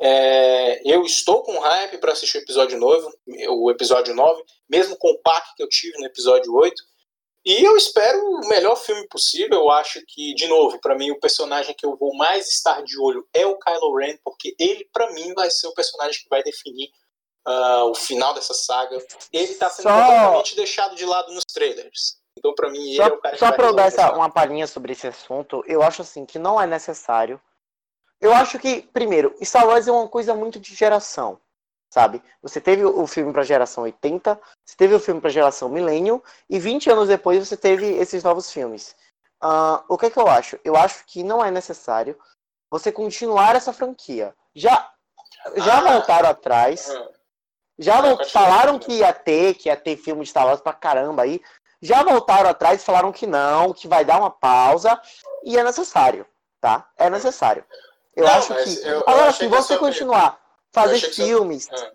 É, eu estou com hype para assistir o episódio novo, o episódio nove, mesmo com o pack que eu tive no episódio oito. E eu espero o melhor filme possível. Eu acho que, de novo, para mim, o personagem que eu vou mais estar de olho é o Kylo Ren, porque ele, para mim, vai ser o personagem que vai definir uh, o final dessa saga. Ele está sendo só... completamente deixado de lado nos trailers. Então, para mim, ele só, é o cara que só vai para eu dar essa, essa... uma palhinha sobre esse assunto, eu acho assim que não é necessário. Eu acho que, primeiro, Star Wars é uma coisa muito de geração, sabe? Você teve o filme para a geração oitenta, você teve o filme para a geração Millennium, e vinte anos depois você teve esses novos filmes. Uh, o que é que eu acho? Eu acho que não é necessário você continuar essa franquia. Já, já ah, voltaram atrás, uh, já uh, falaram que ia ter, que ia ter filme de Star Wars pra caramba aí, já voltaram atrás e falaram que não, que vai dar uma pausa, e é necessário, tá? É necessário. Eu não, acho que... Eu, agora, eu se você continuar fazer filmes, você...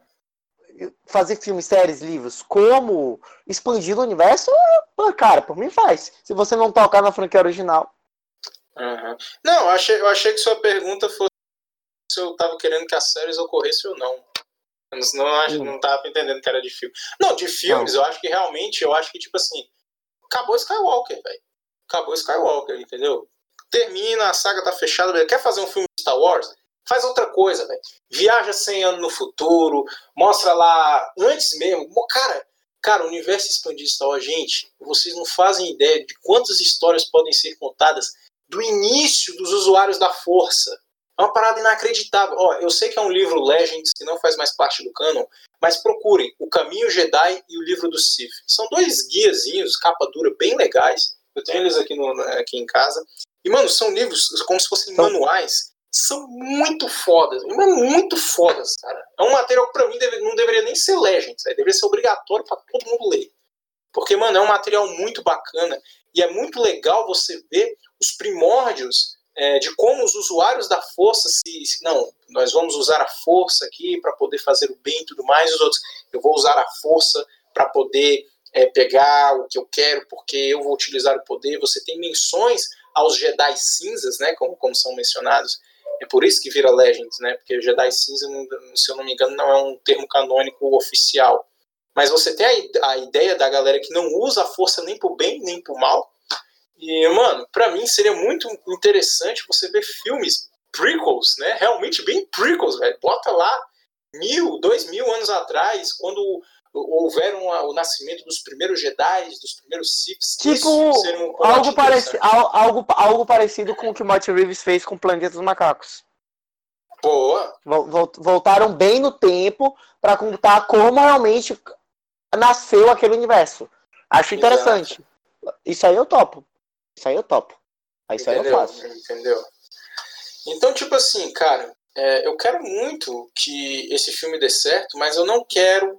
fazer filmes, séries, livros, como expandir o universo, pô, cara, por mim faz. Se você não tocar na franquia original. Uhum. Não, eu achei, eu achei que sua pergunta fosse se eu tava querendo que as séries ocorressem ou não. Eu não, não, não tava entendendo que era de filme. Não, de filmes, não. Eu acho que realmente, eu acho que, tipo assim, acabou Skywalker, velho. Acabou Skywalker, entendeu? Termina, a saga tá fechada, velho. Quer fazer um filme de Star Wars? Faz outra coisa, velho. Viaja cem anos no futuro, mostra lá, antes mesmo. Cara, cara, o universo expandido de Star Wars, gente, vocês não fazem ideia de quantas histórias podem ser contadas do início dos usuários da Força. É uma parada inacreditável. Ó, eu sei que é um livro Legends, que não faz mais parte do canon, mas procurem O Caminho Jedi e o Livro do Sith. São dois guiazinhos, capa dura, bem legais. Eu tenho eles aqui, no, aqui em casa. E, mano, são livros como se fossem então, manuais. São muito fodas. Muito fodas, cara. É um material que pra mim deve, não deveria nem ser Legends. Né? Deveria ser obrigatório pra todo mundo ler. Porque, mano, é um material muito bacana. E é muito legal você ver os primórdios é, de como os usuários da força se, se... Não, nós vamos usar a força aqui pra poder fazer o bem e tudo mais. E os outros, eu vou usar a força pra poder é, pegar o que eu quero, porque eu vou utilizar o poder. Você tem menções aos Jedi cinzas, né, como, como são mencionados. É por isso que vira Legends, né, porque o Jedi cinza, se eu não me engano, não é um termo canônico oficial. Mas você tem a, a ideia da galera que não usa a força nem pro bem, nem pro mal. E, mano, pra mim seria muito interessante você ver filmes prequels, né, realmente bem prequels, velho. Bota lá mil, dois mil anos atrás, quando houveram o nascimento dos primeiros Jedi, dos primeiros Siths. Tipo, um algo, pareci algo, algo parecido com o que o Matt Reeves fez com o Planeta dos Macacos. Boa! Voltaram bem no tempo para contar como realmente nasceu aquele universo. Acho interessante. Exato. Isso aí eu topo. Isso aí eu topo. Isso Entendeu? aí eu faço. Entendeu? Então, tipo assim, cara, é, eu quero muito que esse filme dê certo, mas eu não quero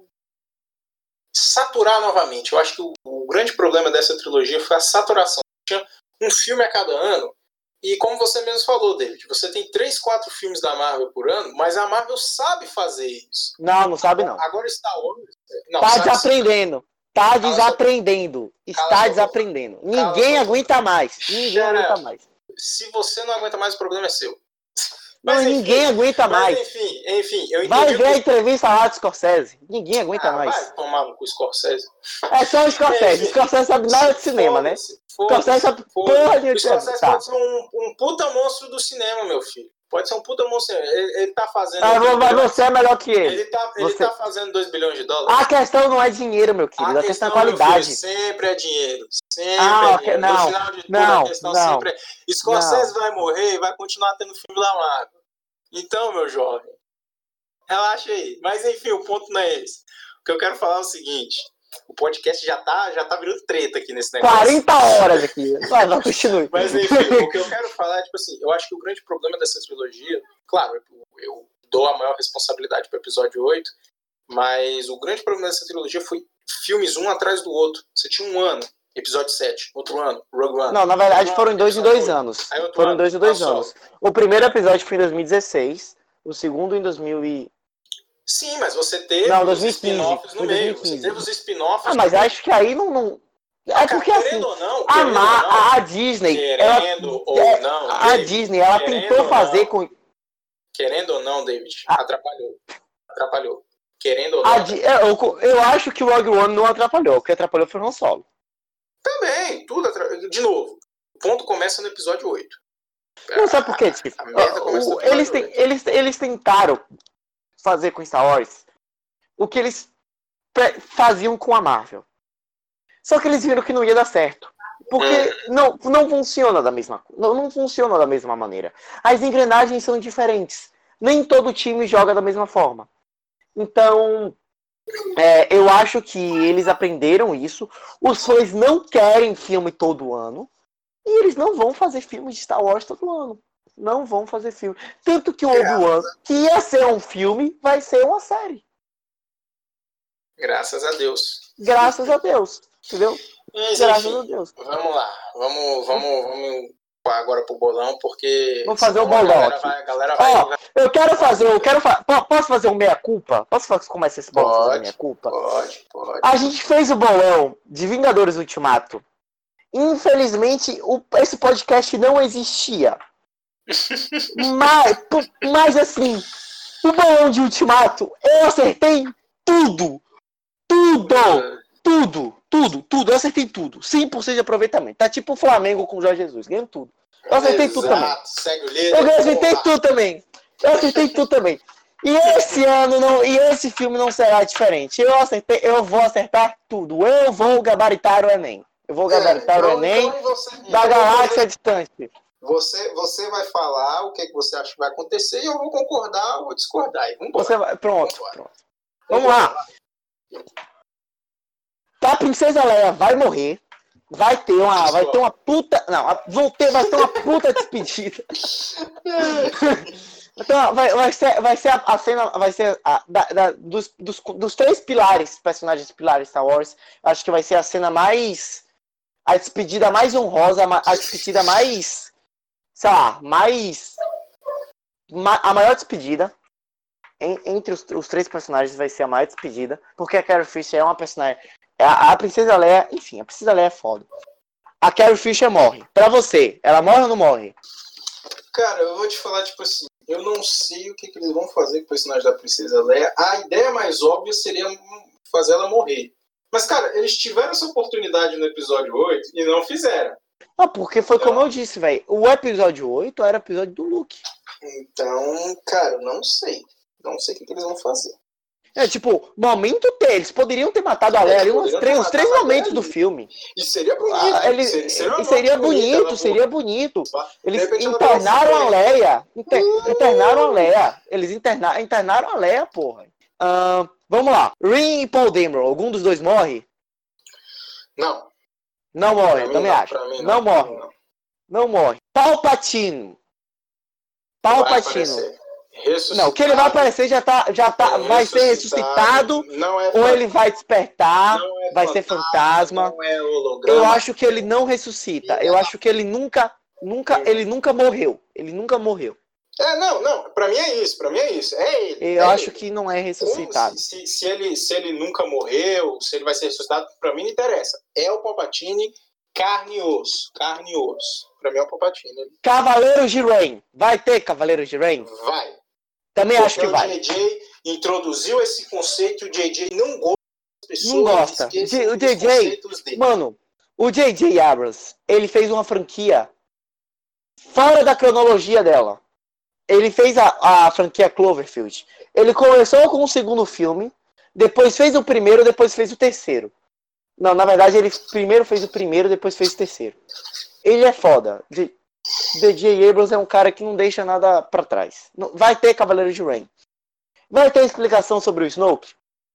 saturar novamente. Eu acho que o, o grande problema dessa trilogia foi a saturação. Tinha um filme a cada ano E como você mesmo falou, David, você tem três, quatro filmes da Marvel por ano, mas a Marvel sabe fazer isso. Não, não sabe não. Agora Star Wars... Não, tá sabe, desaprendendo. Tá desaprendendo. Está desaprendendo. Ninguém aguenta mais. Ninguém aguenta mais. Se você não aguenta mais, o problema é seu. Mas, não, enfim, ninguém aguenta mais. Mas enfim, enfim, eu entendi. Vai ver a entrevista lá do Scorsese. Ninguém aguenta ah, mais. Vai tomar com o Scorsese. É só o Scorsese. O Scorsese sabe nada de cinema, né? O Scorsese sabe porra de... O Scorsese tá. pode ser um, um puta monstro do cinema, meu filho. Pode ser um puta monstro. Ele, ele tá fazendo... Ah, mas você é melhor que ele. Ele tá, ele você... tá fazendo dois bilhões de dólares. A questão não é dinheiro, meu querido. A, a questão, questão é qualidade. Filho, sempre é dinheiro. Sempre ah, é okay. dinheiro. Não, no final de tudo, não, a questão não, sempre é... Scorsese não. vai morrer e vai continuar tendo filme da Marvel. Então, meu jovem, relaxa aí. Mas, enfim, o ponto não é esse. O que eu quero falar é o seguinte. O podcast já tá, já tá virando treta aqui nesse negócio. quarenta horas aqui. Vai, não, continue. Mas, enfim, o que eu quero falar é, tipo assim, eu acho que o grande problema dessa trilogia... Claro, eu, eu dou a maior responsabilidade pro episódio oito, mas o grande problema dessa trilogia foi filmes um atrás do outro. Você tinha um ano, episódio sete, outro ano, Rogue One. Não, na verdade um foram ano, dois em dois anos. Foram ano, dois em dois anos. O primeiro episódio foi em dois mil e dezesseis, o segundo em dois mil e... Sim, mas você teve não, os spin-offs no meio. Você teve os spin-offs. Ah, mas no acho que aí não... não... É porque assim, ou não, a, Ma, ou não, a Disney, querendo ela, ou é, não, a David, Disney, ela tentou fazer não, com... Querendo ou não, David, ah. atrapalhou. Atrapalhou. Querendo ou não. Di... eu, eu acho que o Rogue One não atrapalhou. O que atrapalhou foi o Han Solo. Também, tudo atrapalhou. De novo, o ponto começa no episódio oito. Não, sabe por quê, tipo? A merda começa no eles, tem, eles, eles tentaram fazer com Star Wars o que eles faziam com a Marvel. Só que eles viram que não ia dar certo. Porque hum. não, não funciona da mesma não, não funciona da mesma maneira. As engrenagens são diferentes. Nem todo time joga da mesma forma. Então, é, eu acho que eles aprenderam isso. Os fãs não querem filme todo ano. E eles não vão fazer filme de Star Wars todo ano. Não vão fazer filme. Tanto que o Obi-Wan, que ia ser um filme, vai ser uma série. Graças a Deus. Graças a Deus. Entendeu? Mas, Graças enfim, a Deus. Vamos lá. Vamos, vamos, vamos agora pro bolão, porque... Vamos fazer o bolão a galera aqui. Vai, a galera vai, Ó, vai... eu quero fazer... Eu quero fa... Posso fazer um meia-culpa? Posso começar esse bolão pode, fazer meia-culpa? Pode, pode. A gente fez o bolão de Vingadores Ultimato. Infelizmente, o... esse podcast não existia. mas, mas, assim, o bolão de Ultimato, eu acertei tudo. Tudo. Uh... Tudo. Tudo, tudo, eu acertei tudo. cem por cento de aproveitamento. Tá tipo o Flamengo com o Jorge Jesus, ganhando tudo. Eu acertei Exato, tudo também. Segue o líder, eu acertei tudo também. Eu acertei tudo também. E esse ano não, e esse filme não será diferente. Eu acertei, eu vou acertar tudo. Eu vou gabaritar o Enem. Eu vou gabaritar é, então, o Enem então você, da então galáxia você, distante. Você, você vai falar o que, que você acha que vai acontecer e eu vou concordar ou discordar. Você vai, pronto, Vambora. pronto. Vamos lá. A Princesa Leia vai morrer, vai ter uma, vai ter uma puta, não, vão ter, vai ter uma puta despedida. Então, vai, vai ser, vai ser a, a cena, vai ser a, da, da, dos, dos, dos três pilares, personagens pilares Star Wars, acho que vai ser a cena mais, a despedida mais honrosa, a despedida mais, sei lá, mais, ma, a maior despedida. En, entre os, os três personagens vai ser a maior despedida, porque a Carrie Fisher é uma personagem. A, a Princesa Leia, enfim, a Princesa Leia é foda. A Carrie Fisher morre. Pra você, ela morre ou não morre? Cara, eu vou te falar, tipo assim, eu não sei o que, que eles vão fazer com o personagem da Princesa Leia. A ideia mais óbvia seria fazer ela morrer. Mas, cara, eles tiveram essa oportunidade no episódio oito e não fizeram. Ah, porque foi então, como eu disse, velho. O episódio oito era o episódio do Luke. Então, cara, eu não sei. Não sei o que, que eles vão fazer. É, tipo, momento ter. Eles poderiam ter matado a Leia ali uns três, uns três momentos do filme. E seria bonito. Ah, ele, seria, seria, seria bonito, bonita, seria bonito. Eles internaram a Leia. Inter, uh! Internaram a Leia. Eles interna, internaram a Leia, porra. Uh, vamos lá. Rin e Paul Dameron. Algum dos dois morre? Não. Não morre, eu também não, acho. Não, não morre. Não. não morre. Palpatine. Palpatine. Não, que ele vai aparecer já tá, já tá, vai ser ressuscitado, não é ou ele vai despertar, é vai fantasma, ser fantasma. Não é holograma. Eu acho que ele não ressuscita. Eu acho que ele nunca, Nunca, Uhum. Ele nunca morreu. Ele nunca morreu. É, não, não. Pra mim é isso. Pra mim é isso. É ele. Eu é acho ele. que não é Como ressuscitado. se, se, se, ele, se ele nunca morreu, se ele vai ser ressuscitado, pra mim não interessa. É o Palpatine carne e osso. Carne e osso. Pra mim é o Palpatine. Cavaleiros de Rain. Vai ter Cavaleiros de Rain? Vai. Também Porque acho que o vai. J J introduziu esse conceito e o J J não gosta das pessoas. Não gosta. esqueçam O dos J J, conceitos dele. mano, o J J Abrams, ele fez uma franquia fora da cronologia dela. Ele fez a, a franquia Cloverfield. Ele começou com o segundo filme, depois fez o primeiro, depois fez o terceiro. Não, na verdade, ele primeiro fez o primeiro, depois fez o terceiro. Ele é foda. J J Abrams é um cara que não deixa nada pra trás. Vai ter Cavaleiro de Rain. Vai ter explicação sobre o Snoke?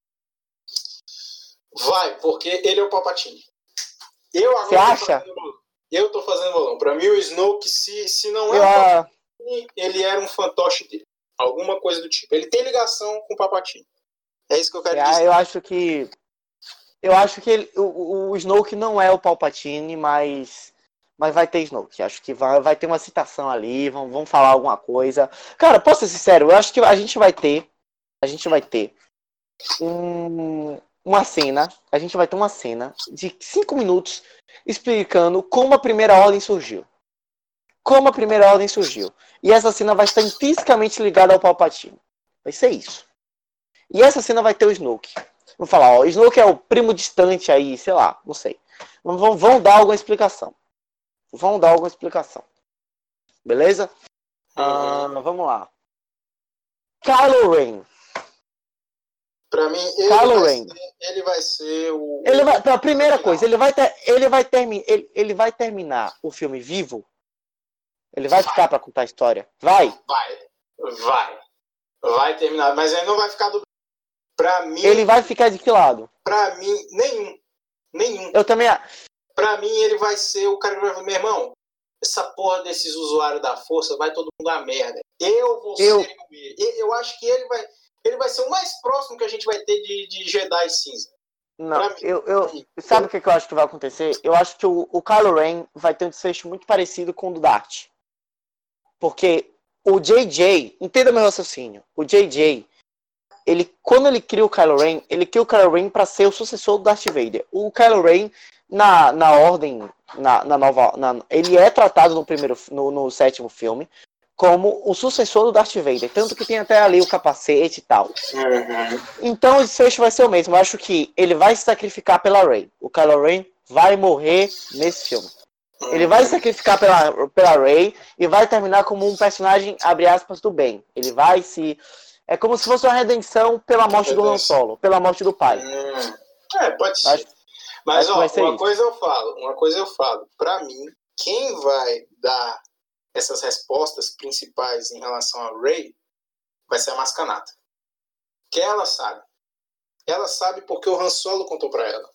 Vai, porque ele é o Palpatine. Eu agora Você acha? Tô fazendo, eu tô fazendo bolão. Pra mim, o Snoke, se, se não é Eu, o Palpatine, ele era um fantoche dele. Alguma coisa do tipo. Ele tem ligação com o Palpatine. É isso que eu quero é, dizer. eu acho que... Eu acho que ele, o, o Snoke não é o Palpatine, mas... Mas vai ter Snoke. Acho que vai, vai ter uma citação ali, vão, vão falar alguma coisa. Cara, posso ser sincero, eu acho que a gente vai ter... A gente vai ter... Um, uma cena... A gente vai ter uma cena de cinco minutos explicando como a Primeira Ordem surgiu. Como a Primeira Ordem surgiu. E essa cena vai estar intrinsecamente ligada ao Palpatine. Vai ser isso. E essa cena vai ter o Snoke. Vou falar, ó, o Snoke é o primo distante aí, sei lá, não sei. Vão, vão dar alguma explicação. Vão dar alguma explicação. Beleza? Uhum. Ah, vamos lá. Kylo Ren. Pra mim, ele, Kylo vai Ren. ser, ele vai ser o... Ele vai, a primeira final. coisa, ele vai, ter, ele, vai termi, ele, ele vai terminar o filme vivo? Ele vai, vai. ficar pra contar a história? Vai? Vai. Vai. Vai terminar, mas ele não vai ficar do... Pra mim... Ele vai ficar de que lado? Pra mim, nenhum. Nenhum. Eu também... Pra mim, ele vai ser o cara que vai falar, meu irmão, essa porra desses usuários da força vai todo mundo a merda. Eu vou eu... ser ele. Eu acho que ele vai, ele vai ser o mais próximo que a gente vai ter de, de Jedi cinza. Não, eu, eu... Sabe o que eu acho que vai acontecer? Eu acho que o, o Kylo Ren vai ter um desfecho muito parecido com o do Dart. Porque o J J, entenda meu raciocínio, o J J, ele, quando ele cria o Kylo Ren, ele cria o Kylo Ren para ser o sucessor do Darth Vader. O Kylo Ren, na, na ordem, na, na nova, na, ele é tratado no, primeiro, no, no sétimo filme como o sucessor do Darth Vader. Tanto que tem até ali o capacete e tal. Uhum. Então o desfecho vai ser o mesmo. Eu acho que ele vai se sacrificar pela Rey. O Kylo Ren vai morrer nesse filme. Ele vai se sacrificar pela, pela Rey e vai terminar como um personagem, abre aspas, do bem. Ele vai se... É como se fosse uma redenção pela morte do Han Solo, pela morte do pai. Hum. É, pode ser. Acho, Mas, acho ó, uma isso. coisa eu falo, uma coisa eu falo. Pra mim, quem vai dar essas respostas principais em relação a Rey vai ser a Mascanata. Que ela sabe. Ela sabe porque o Han Solo contou pra ela.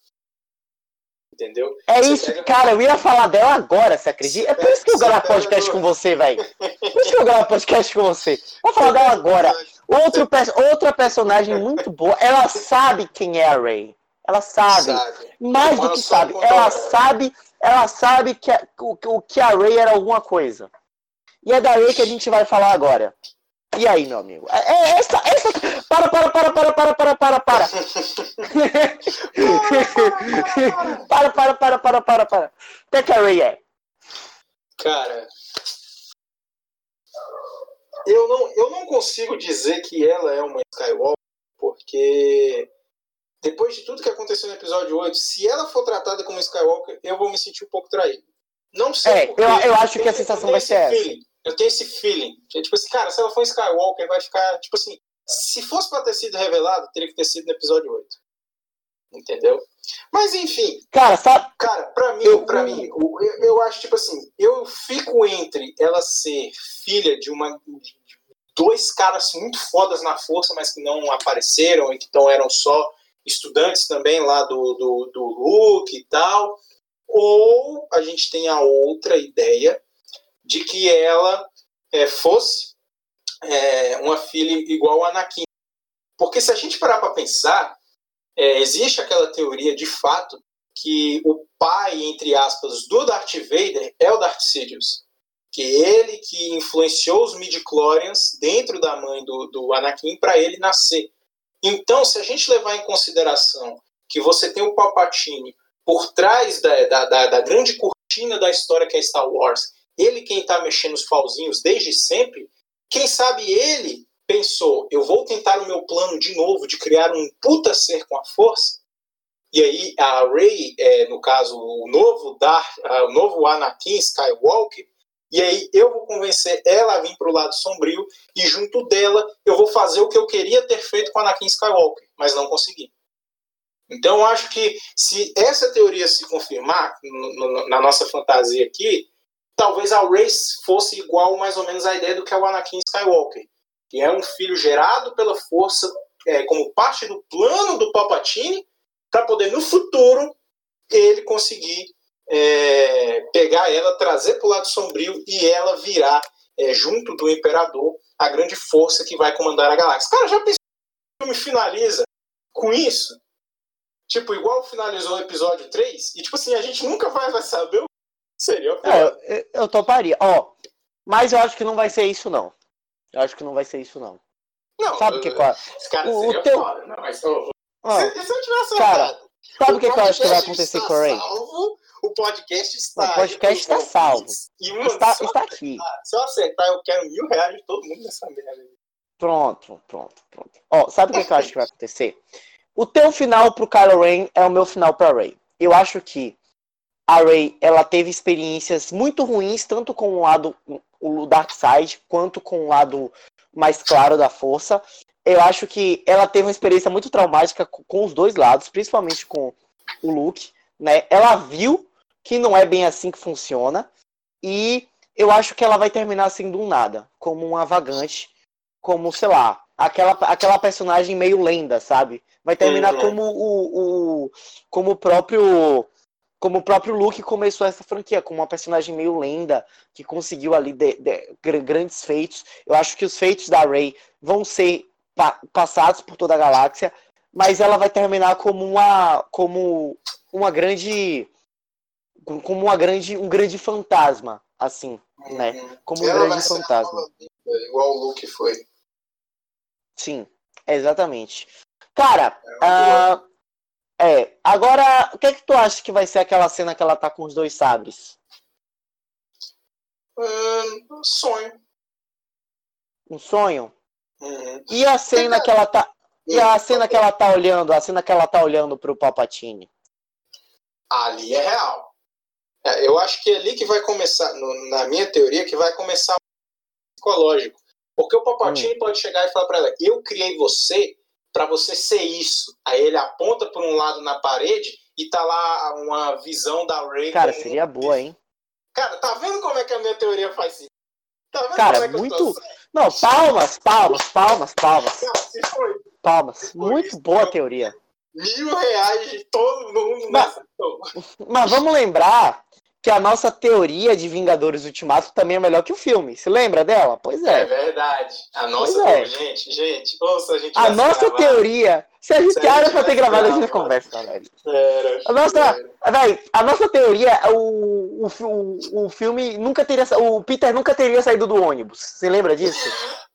Entendeu? É você isso, pega... cara, eu ia falar dela agora, você acredita? É por isso que eu gravo podcast com você, velho. Por isso que eu gravo podcast com você. Vou falar dela agora. Outro, outra personagem muito boa, ela sabe quem é a Rey. Ela sabe. sabe. Mais do que sabe. Ela sabe, ela sabe que a, o, o que a Rey era alguma coisa. E é da Rey que a gente vai falar agora. E aí, meu amigo? É, é essa, essa... Para, para, para, para, para, para, para, para. para, para, para, para, para, para. Até que a Rey é. Cara, eu não, eu não consigo dizer que ela é uma Skywalker, porque depois de tudo que aconteceu no episódio oito, se ela for tratada como Skywalker, eu vou me sentir um pouco traído. Não sei é, porque. Eu, eu acho que a sensação vai ser essa. Feeling. Eu tenho esse feeling. Que, tipo assim, cara, se ela for Skywalker, vai ficar, tipo assim, se fosse pra ter sido revelado, teria que ter sido no episódio oito. Entendeu? Mas, enfim. Cara, sabe? Cara, pra mim, eu, pra mim, eu, eu acho, tipo assim, eu fico entre ela ser filha de uma... De dois caras muito fodas na força, mas que não apareceram e que então eram só estudantes também lá do, do, do Luke e tal. Ou a gente tem a outra ideia de que ela é, fosse é, uma filha igual a Anakin. Porque se a gente parar para pensar, é, existe aquela teoria de fato que o pai, entre aspas, do Darth Vader é o Darth Sidious. Que ele que influenciou os midi-chlorians dentro da mãe do, do Anakin para ele nascer. Então, se a gente levar em consideração que você tem o Palpatine por trás da, da, da, da grande cortina da história que é Star Wars, ele quem está mexendo os pauzinhos desde sempre, quem sabe ele pensou, eu vou tentar o meu plano de novo de criar um puta ser com a força, e aí a Rey, é, no caso, o novo, Darth, uh, o novo Anakin Skywalker, e aí eu vou convencer ela a vir para o lado sombrio, e junto dela eu vou fazer o que eu queria ter feito com Anakin Skywalker, mas não consegui. Então eu acho que se essa teoria se confirmar no, no, na nossa fantasia aqui, talvez a Rey fosse igual mais ou menos à ideia do que é o Anakin Skywalker, que é um filho gerado pela força é, como parte do plano do Palpatine, para poder no futuro ele conseguir é, pegar ela, trazer para o lado sombrio e ela virar, é, junto do Imperador, a grande força que vai comandar a galáxia. Cara, já pensou que o filme finaliza com isso? Tipo, igual finalizou o episódio três, e tipo assim, a gente nunca vai, vai saber o que seria. É, eu, eu toparia, ó, mas eu acho que não vai ser isso, não. Eu acho que não vai ser isso, não. Não, sabe o que qual? Esse cara o, seria o teu... foda, não, mas oh, ah, se, se eu tivesse cara, sabe o que, que eu acho que vai acontecer com a Rey? Salvo, o podcast está. O podcast está salvo. E, mano, está está acertar, aqui. Se eu acertar, eu quero mil reais de todo mundo nessa merda. Pronto, pronto, pronto. Ó, sabe o que, que eu acho que vai acontecer? O teu final pro Kylo Ren é o meu final pra Rey. Eu acho que a Rey, ela teve experiências muito ruins, tanto com o lado, o Dark Side, quanto com o lado mais claro da força. Eu acho que ela teve uma experiência muito traumática com os dois lados, principalmente com o Luke, né? Ela viu que não é bem assim que funciona, e eu acho que ela vai terminar assim do nada, como uma vagante, como, sei lá, aquela, aquela personagem meio lenda, sabe? Vai terminar uhum. como o, o como o próprio como o próprio Luke começou essa franquia, como uma personagem meio lenda, que conseguiu ali de, de, grandes feitos. Eu acho que os feitos da Rey vão ser pa, passados por toda a galáxia, mas ela vai terminar como uma como uma grande como uma grande um grande fantasma, assim, uhum. né? Como um ela grande fantasma. Igual o Luke foi. Sim, exatamente. Cara, é, uh, é, agora, o que é que tu acha que vai ser aquela cena que ela tá com os dois sabres? Um sonho. Um sonho? Uhum. E a cena que ela tá, e a cena que ela tá olhando, a cena que ela tá olhando pro Palpatine? Ali é real. É, eu acho que é ali que vai começar, no, na minha teoria, que vai começar o psicológico. Porque o Palpatine hum. pode chegar e falar pra ela, eu criei você para você ser isso. Aí ele aponta por um lado na parede e tá lá uma visão da Rey. Cara, seria boa, hein? Cara, tá vendo como é que a minha teoria faz sentido? Tá vendo Cara, como é que muito... eu tô... Não, palmas, palmas, palmas, palmas. Cara, se foi... Palmas. Se muito isso, boa teoria. Mil reais de todo mundo mas, nessa... mas vamos lembrar que a nossa teoria de Vingadores Ultimato também é melhor que o filme. Se lembra dela? Pois é. É verdade. A nossa pois é. Gente, gente, ouça, a gente A nossa gravado. teoria... Se a gente era pra ter gravado, a gente conversa, velho. Era, a, nossa, velho, a nossa teoria, o, o, o filme nunca teria... O Peter nunca teria saído do ônibus. Você lembra disso?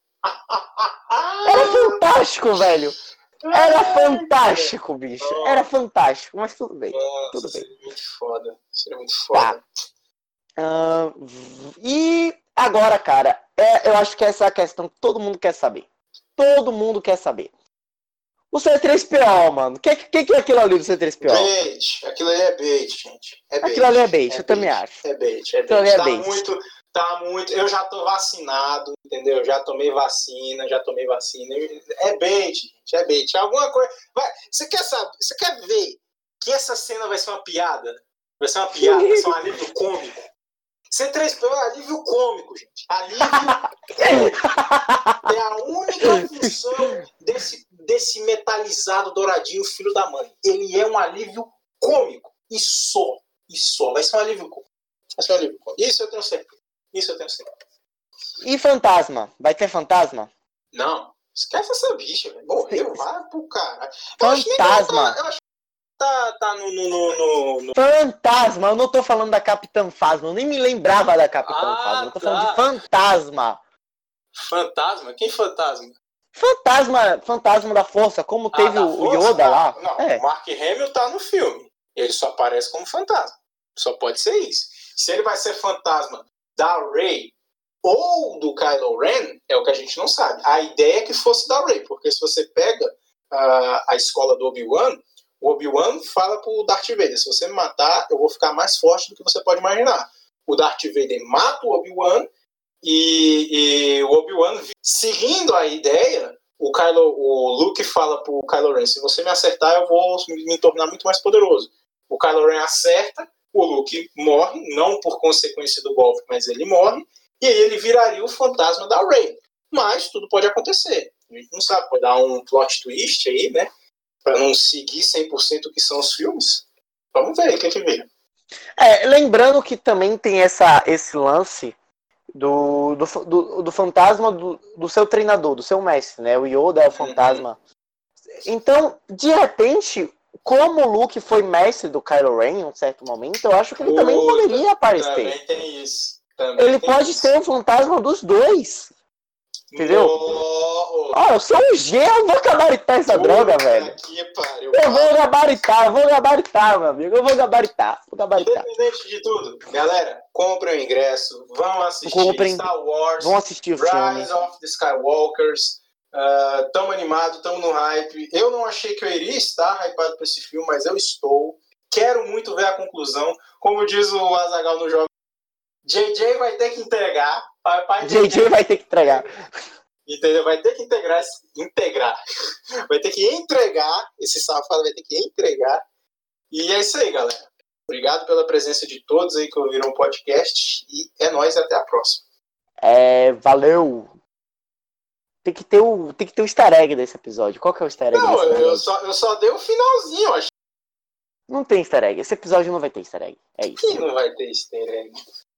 Era fantástico, velho. Era fantástico, bicho. Era fantástico, mas tudo bem. Nossa, tudo bem. Seria muito foda. Seria muito foda. Tá. Uh, e agora, cara, é, eu acho que essa é a questão que todo mundo quer saber. Todo mundo quer saber. O C três P O, mano. O que, que, que é aquilo ali do C três P O? Bait. Aquilo ali é bait, gente. É bait. Aquilo ali é bait, é eu bait. também acho. É bait, é bait. Aquilo ali é tá bait. muito... Tá muito. Eu já tô vacinado, entendeu? Já tomei vacina, já tomei vacina. É bait, gente. É bait. Alguma coisa. Vai. Você quer saber? Você quer ver que essa cena vai ser uma piada? Vai ser uma piada, vai ser um alívio cômico. C três P O é alívio cômico, gente. Alívio cômico. É a única função desse, desse metalizado douradinho, filho da mãe. Ele é um alívio cômico. E só. E só. Vai ser um alívio cômico. Vai ser um alívio cômico. Isso eu tenho certeza. Isso eu tenho certeza. E fantasma? Vai ter fantasma? Não. Esquece essa bicha, velho. Morreu, vai pro caralho. Fantasma. Eu acho tá, tá no, no, no, no... Fantasma, eu não tô falando da Capitã Phasma, eu nem me lembrava da Capitã Ah, Phasma, eu tô tá. falando de fantasma. Fantasma? Quem fantasma? Fantasma, fantasma da força, como teve ah, o Yoda não, lá. Não, é. o Mark Hamill tá no filme. Ele só aparece como fantasma. Só pode ser isso. Se ele vai ser fantasma da Rey ou do Kylo Ren, é o que a gente não sabe. A ideia é que fosse da Rey, porque se você pega uh, a escola do Obi-Wan, o Obi-Wan fala pro Darth Vader, se você me matar, eu vou ficar mais forte do que você pode imaginar. O Darth Vader mata o Obi-Wan e, e o Obi-Wan, seguindo a ideia, o, Kylo, o Luke fala pro Kylo Ren, se você me acertar, eu vou me tornar muito mais poderoso. O Kylo Ren acerta, o Luke morre, não por consequência do golpe, mas ele morre, e aí ele viraria o fantasma da Rey. Mas tudo pode acontecer. A gente não sabe, pode dar um plot twist aí, né? Pra não seguir cem por cento o que são os filmes. Vamos ver, o que a gente vê. É, lembrando que também tem essa, esse lance do, do, do, do fantasma do, do seu treinador, do seu mestre, né? O Yoda é o fantasma. Uhum. Então, de repente, como o Luke foi mestre do Kylo Ren em um certo momento, eu acho que ele Puta, também poderia aparecer. Também tem isso. Também ele tem pode isso. ser o fantasma dos dois. Entendeu? Ó, oh, eu sou um G, eu vou gabaritar essa Puta droga, velho. Que pariu, eu vou gabaritar, eu vou gabaritar, meu amigo. Eu vou gabaritar, vou gabaritar. Independente de tudo, galera, comprem o ingresso, vão assistir comprem, Star Wars, vão assistir o Rise filme. of the Skywalkers. Uh, tamo animado, tamo no hype. Eu não achei que eu iria estar hypado pra esse filme, mas eu estou. Quero muito ver a conclusão. Como diz o Azaghal no jogo, J J vai ter que entregar. Pai, J J vai ter que entregar. Entendeu? Vai ter que integrar, integrar. Vai ter que entregar. Esse safado vai ter que entregar. E é isso aí, galera. Obrigado pela presença de todos aí que ouviram o podcast. E é nóis, até a próxima. É, valeu. Tem que ter o, tem que ter o easter egg desse episódio. Qual que é o easter egg não, desse episódio? Não, eu só, eu só dei o finalzinho, eu acho. Não tem easter egg. Esse episódio não vai ter easter egg. É isso. Que não vai ter easter egg?